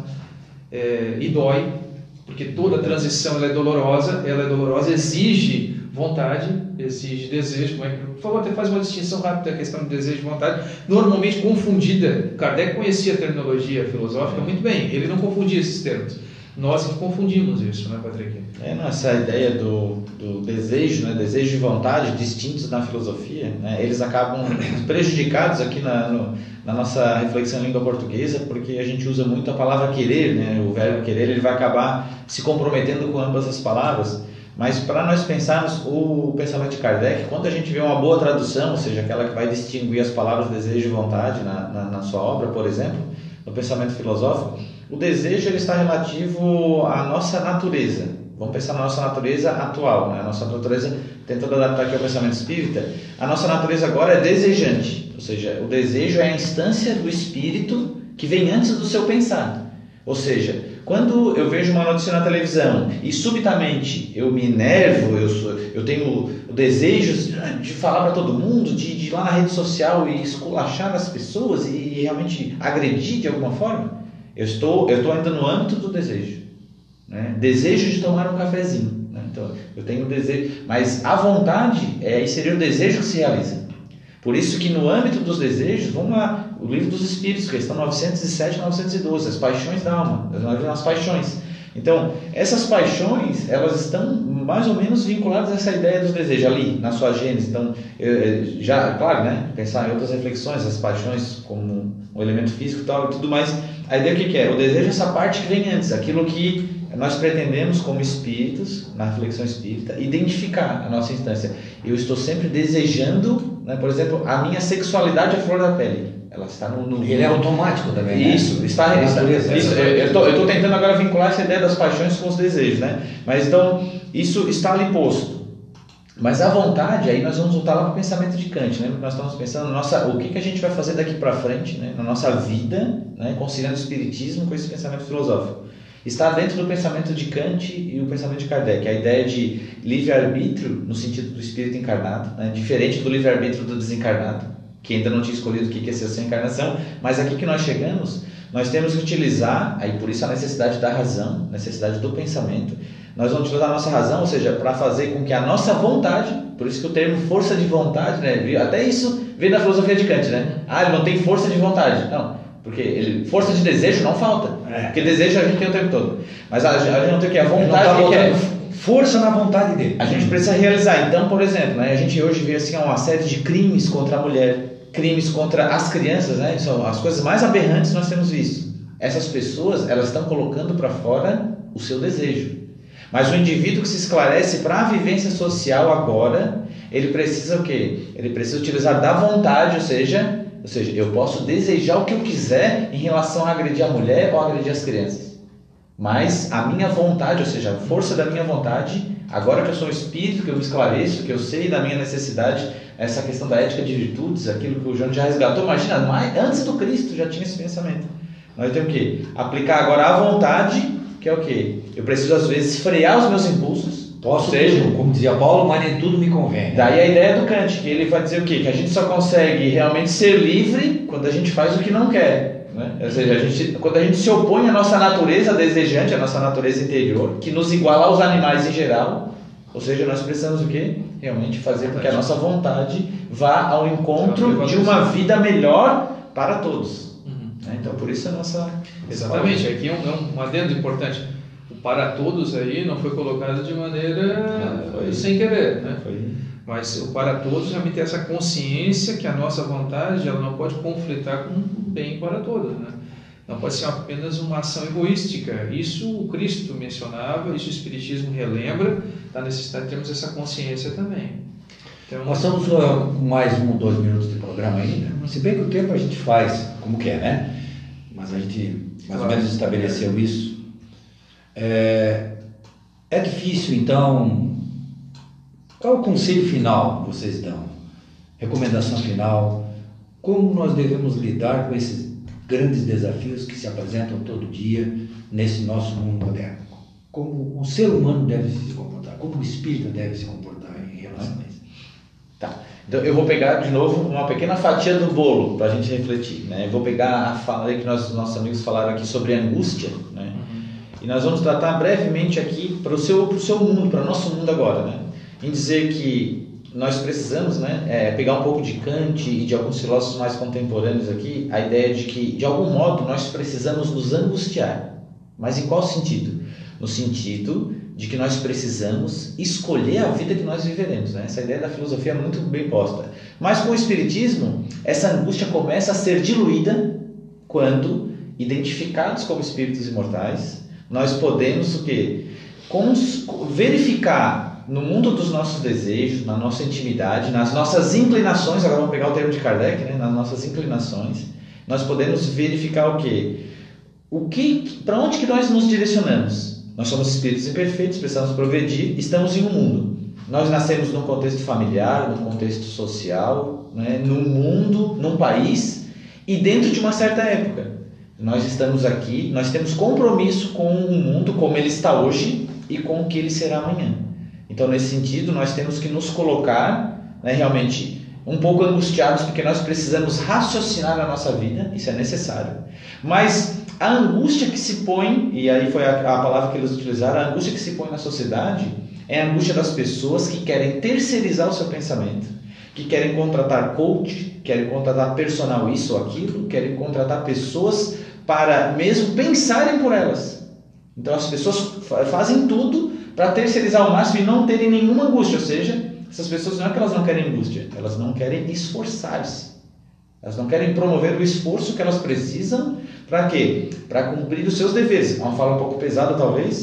e dói, porque toda transição ela é dolorosa, exige vontade, exige desejo. Por favor, até faz uma distinção rápida da questão de desejo e vontade, normalmente confundida. Kardec conhecia a terminologia filosófica muito bem, ele não confundia esses termos. Nós confundimos isso, né, Patrick? Essa ideia do desejo, né, desejo e vontade distintos na filosofia, né, eles acabam prejudicados aqui na nossa reflexão em língua portuguesa, porque a gente usa muito a palavra querer, né, o verbo querer, ele vai acabar se comprometendo com ambas as palavras. Mas para nós pensarmos o pensamento de Kardec, quando a gente vê uma boa tradução, ou seja, aquela que vai distinguir as palavras desejo e vontade na sua obra, por exemplo, no pensamento filosófico, o desejo ele está relativo à nossa natureza. Vamos pensar na nossa natureza atual, né? A nossa natureza, tentando adaptar aqui ao pensamento espírita, a nossa natureza agora é desejante, ou seja, o desejo é a instância do espírito que vem antes do seu pensar. Ou seja, quando eu vejo uma notícia na televisão e subitamente eu me enervo, eu tenho o desejo de falar para todo mundo, de ir lá na rede social e esculachar as pessoas e realmente agredir de alguma forma, eu estou ainda no âmbito do desejo, né? Desejo de tomar um cafezinho, né? Então eu tenho desejo, mas a vontade seria o desejo que se realiza. Por isso que no âmbito dos desejos, vamos lá, o livro dos Espíritos, questão 907 e 912, as paixões da alma, as paixões. Então, essas paixões, elas estão mais ou menos vinculadas a essa ideia dos desejos, ali, na sua gênese. Então, já, claro, né, pensar em outras reflexões, as paixões como um elemento físico e tal, e tudo mais. A ideia o que é? O desejo é essa parte que vem antes, aquilo que nós pretendemos, como espíritos, na reflexão espírita, identificar a nossa instância. Eu estou sempre desejando, né, por exemplo, a minha sexualidade à flor da pele. Ela está no Ele é automático também, isso, né? está Isso, eu estou tentando agora vincular essa ideia das paixões com os desejos, né? Mas então, isso está ali posto. Mas a vontade, aí nós vamos voltar lá para o pensamento de Kant, né? Nós estamos pensando o que a gente vai fazer daqui para frente, né? Na nossa vida, né? Conciliando o espiritismo com esse pensamento filosófico. Está dentro do pensamento de Kant e o pensamento de Kardec, a ideia de livre-arbítrio no sentido do espírito encarnado, né? Diferente do livre-arbítrio do desencarnado, que ainda não tinha escolhido o que é ser essa encarnação, mas aqui que nós chegamos, nós temos que utilizar, aí por isso a necessidade da razão, necessidade do pensamento. Nós vamos utilizar a nossa razão, ou seja, para fazer com que a nossa vontade, por isso que o termo força de vontade, né? Até isso vem da filosofia de Kant, né? Ele não tem força de vontade. Não, porque força de desejo não falta, porque desejo a gente tem o tempo todo. Mas a gente não tem o que? A vontade que é força na vontade dele. A gente precisa realizar. Então, por exemplo, né, a gente hoje vê assim, uma série de crimes contra a mulher, crimes contra as crianças, né? São as coisas mais aberrantes que nós temos visto. Essas pessoas, elas estão colocando para fora o seu desejo. Mas o indivíduo que se esclarece para a vivência social agora, ele precisa o quê? Ele precisa utilizar da vontade, ou seja, eu posso desejar o que eu quiser em relação a agredir a mulher ou agredir as crianças. Mas a minha vontade, ou seja, a força da minha vontade, agora que eu sou um espírito, que eu me esclareço, que eu sei da minha necessidade, essa questão da ética de virtudes, aquilo que o João já resgatou, imagina, antes do Cristo já tinha esse pensamento. Nós temos que aplicar agora a vontade, que é o quê? Eu preciso às vezes frear os meus impulsos. Posso tudo, como dizia Paulo, mas nem tudo me convém. Daí a ideia do Kant, que ele vai dizer o quê? Que a gente só consegue realmente ser livre quando a gente faz o que não quer. Né? Ou seja, quando a gente se opõe à nossa natureza desejante, à nossa natureza interior, que nos iguala aos animais em geral. Ou seja, nós precisamos o quê? Realmente fazer com que a nossa vontade vá ao encontro de uma vida melhor para todos. Então, por isso a nossa... Exatamente, aqui é um adendo importante. O para todos aí não foi colocado de maneira sem querer, né? Mas o para todos realmente tem essa consciência que a nossa vontade ela não pode conflitar com o bem para todos, né? Não pode ser apenas uma ação egoística. Isso o Cristo mencionava, isso o Espiritismo relembra, da necessidade de termos essa consciência também. Então, nós estamos com mais 1 ou 2 minutos de programa ainda, se bem que o tempo a gente faz como quer, né? Mas a gente mais ou menos estabeleceu isso. É difícil, então, qual é o conselho final que vocês dão? Recomendação final? Como nós devemos lidar com esses grandes desafios que se apresentam todo dia nesse nosso mundo moderno? Como o ser humano deve se comportar? Como o espírito deve se comportar em relação a isso? Tá. Então eu vou pegar de novo uma pequena fatia do bolo para a gente refletir, né? Eu vou pegar a fala que nossos amigos falaram aqui sobre angústia, né? E nós vamos tratar brevemente aqui para o seu mundo, para o nosso mundo agora, né? Em dizer que nós precisamos, né, pegar um pouco de Kant e de alguns filósofos mais contemporâneos aqui, a ideia de que, de algum modo, nós precisamos nos angustiar. Mas em qual sentido? No sentido de que nós precisamos escolher a vida que nós viveremos, né? Essa ideia da filosofia é muito bem posta. Mas com o Espiritismo, essa angústia começa a ser diluída quando, identificados como espíritos imortais, nós podemos o quê? Verificar no mundo dos nossos desejos, na nossa intimidade, nas nossas inclinações, agora vamos pegar o termo de Kardec, né? Nas nossas inclinações, nós podemos verificar o quê? Para onde que nós nos direcionamos? Nós somos espíritos imperfeitos, precisamos progredir, estamos em um mundo. Nós nascemos num contexto familiar, num contexto social, né? Num mundo, num país e dentro de uma certa época. Nós estamos aqui, nós temos compromisso com o mundo como ele está hoje e com o que ele será amanhã. Então, nesse sentido, nós temos que nos colocar, né, realmente um pouco angustiados, porque nós precisamos raciocinar a nossa vida, isso é necessário. Mas a angústia que se põe, e aí foi a palavra que eles utilizaram, a angústia que se põe na sociedade é a angústia das pessoas que querem terceirizar o seu pensamento, que querem contratar coach, querem contratar personal isso ou aquilo, querem contratar pessoas para mesmo pensarem por elas. Então as pessoas fazem tudo para terceirizar ao máximo e não terem nenhuma angústia, ou seja, essas pessoas não é que elas não querem angústia, elas não querem esforçar-se. Elas não querem promover o esforço que elas precisam para quê? Para cumprir os seus deveres. Uma fala um pouco pesada talvez,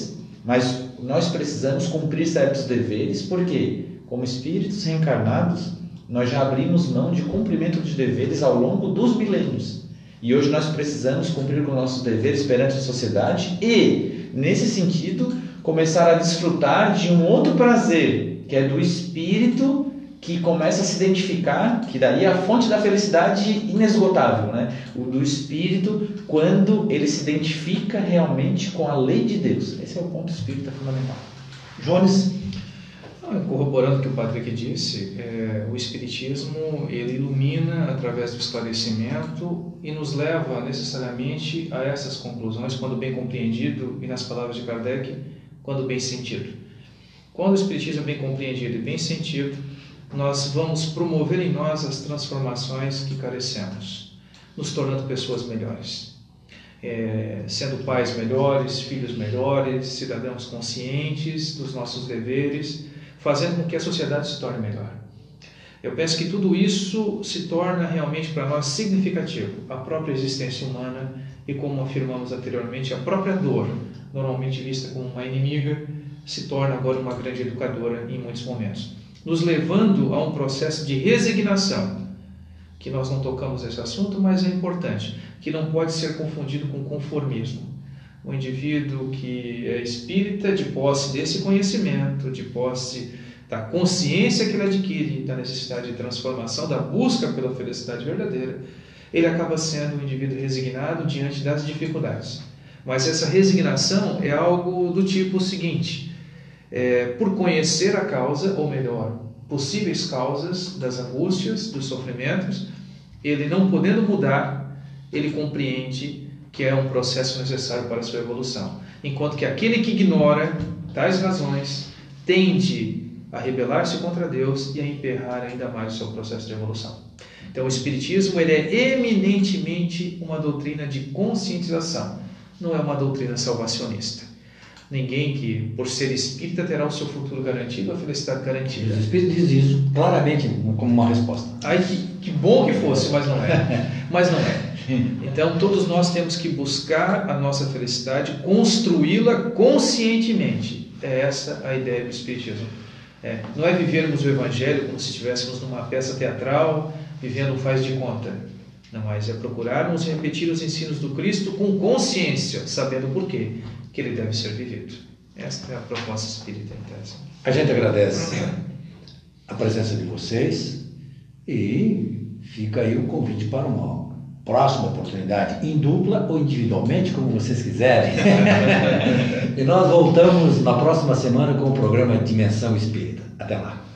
mas nós precisamos cumprir certos deveres, porque, como espíritos reencarnados, nós já abrimos mão de cumprimento de deveres ao longo dos milênios. E hoje nós precisamos cumprir com nossos deveres perante a sociedade e, nesse sentido, começar a desfrutar de um outro prazer, que é do espírito que começa a se identificar, que daí é a fonte da felicidade inesgotável, né? O do espírito, quando ele se identifica realmente com a lei de Deus. Esse é o ponto espírita fundamental. Jones? Corroborando o que o padre aqui disse, o Espiritismo ele ilumina através do esclarecimento e nos leva necessariamente a essas conclusões quando bem compreendido e, nas palavras de Kardec, quando bem sentido. Quando o Espiritismo é bem compreendido e bem sentido, nós vamos promover em nós as transformações que carecemos, nos tornando pessoas melhores, sendo pais melhores, filhos melhores, cidadãos conscientes dos nossos deveres, fazendo com que a sociedade se torne melhor. Eu penso que tudo isso se torna realmente para nós significativo. A própria existência humana e, como afirmamos anteriormente, a própria dor, normalmente vista como uma inimiga, se torna agora uma grande educadora em muitos momentos, nos levando a um processo de resignação, que nós não tocamos nesse assunto, mas é importante, que não pode ser confundido com conformismo. O indivíduo que é espírita, de posse desse conhecimento, de posse da consciência que ele adquire, da necessidade de transformação, da busca pela felicidade verdadeira, ele acaba sendo um indivíduo resignado diante das dificuldades. Mas essa resignação é algo do tipo seguinte: por conhecer a causa, ou melhor, possíveis causas das angústias, dos sofrimentos, ele não podendo mudar, ele compreende que é um processo necessário para a sua evolução. Enquanto que aquele que ignora tais razões tende a rebelar-se contra Deus e a emperrar ainda mais o seu processo de evolução. Então o Espiritismo ele é eminentemente uma doutrina de conscientização, não é uma doutrina salvacionista. Ninguém que, por ser espírita, terá o seu futuro garantido, a felicidade garantida. O Espírito diz isso claramente como uma resposta. Ai, que bom que fosse, mas não é. Mas não é. Então, todos nós temos que buscar a nossa felicidade, construí-la conscientemente. É essa a ideia do Espiritismo. Não é vivermos o Evangelho como se estivéssemos numa peça teatral, vivendo um faz de conta. Não, mas é procurarmos repetir os ensinos do Cristo com consciência, sabendo por quê que ele deve ser vivido. Esta é a proposta espírita em tese. A gente agradece a presença de vocês e fica aí o convite para uma próxima oportunidade, em dupla ou individualmente, como vocês quiserem. E nós voltamos na próxima semana com o programa Dimensão Espírita. Até lá.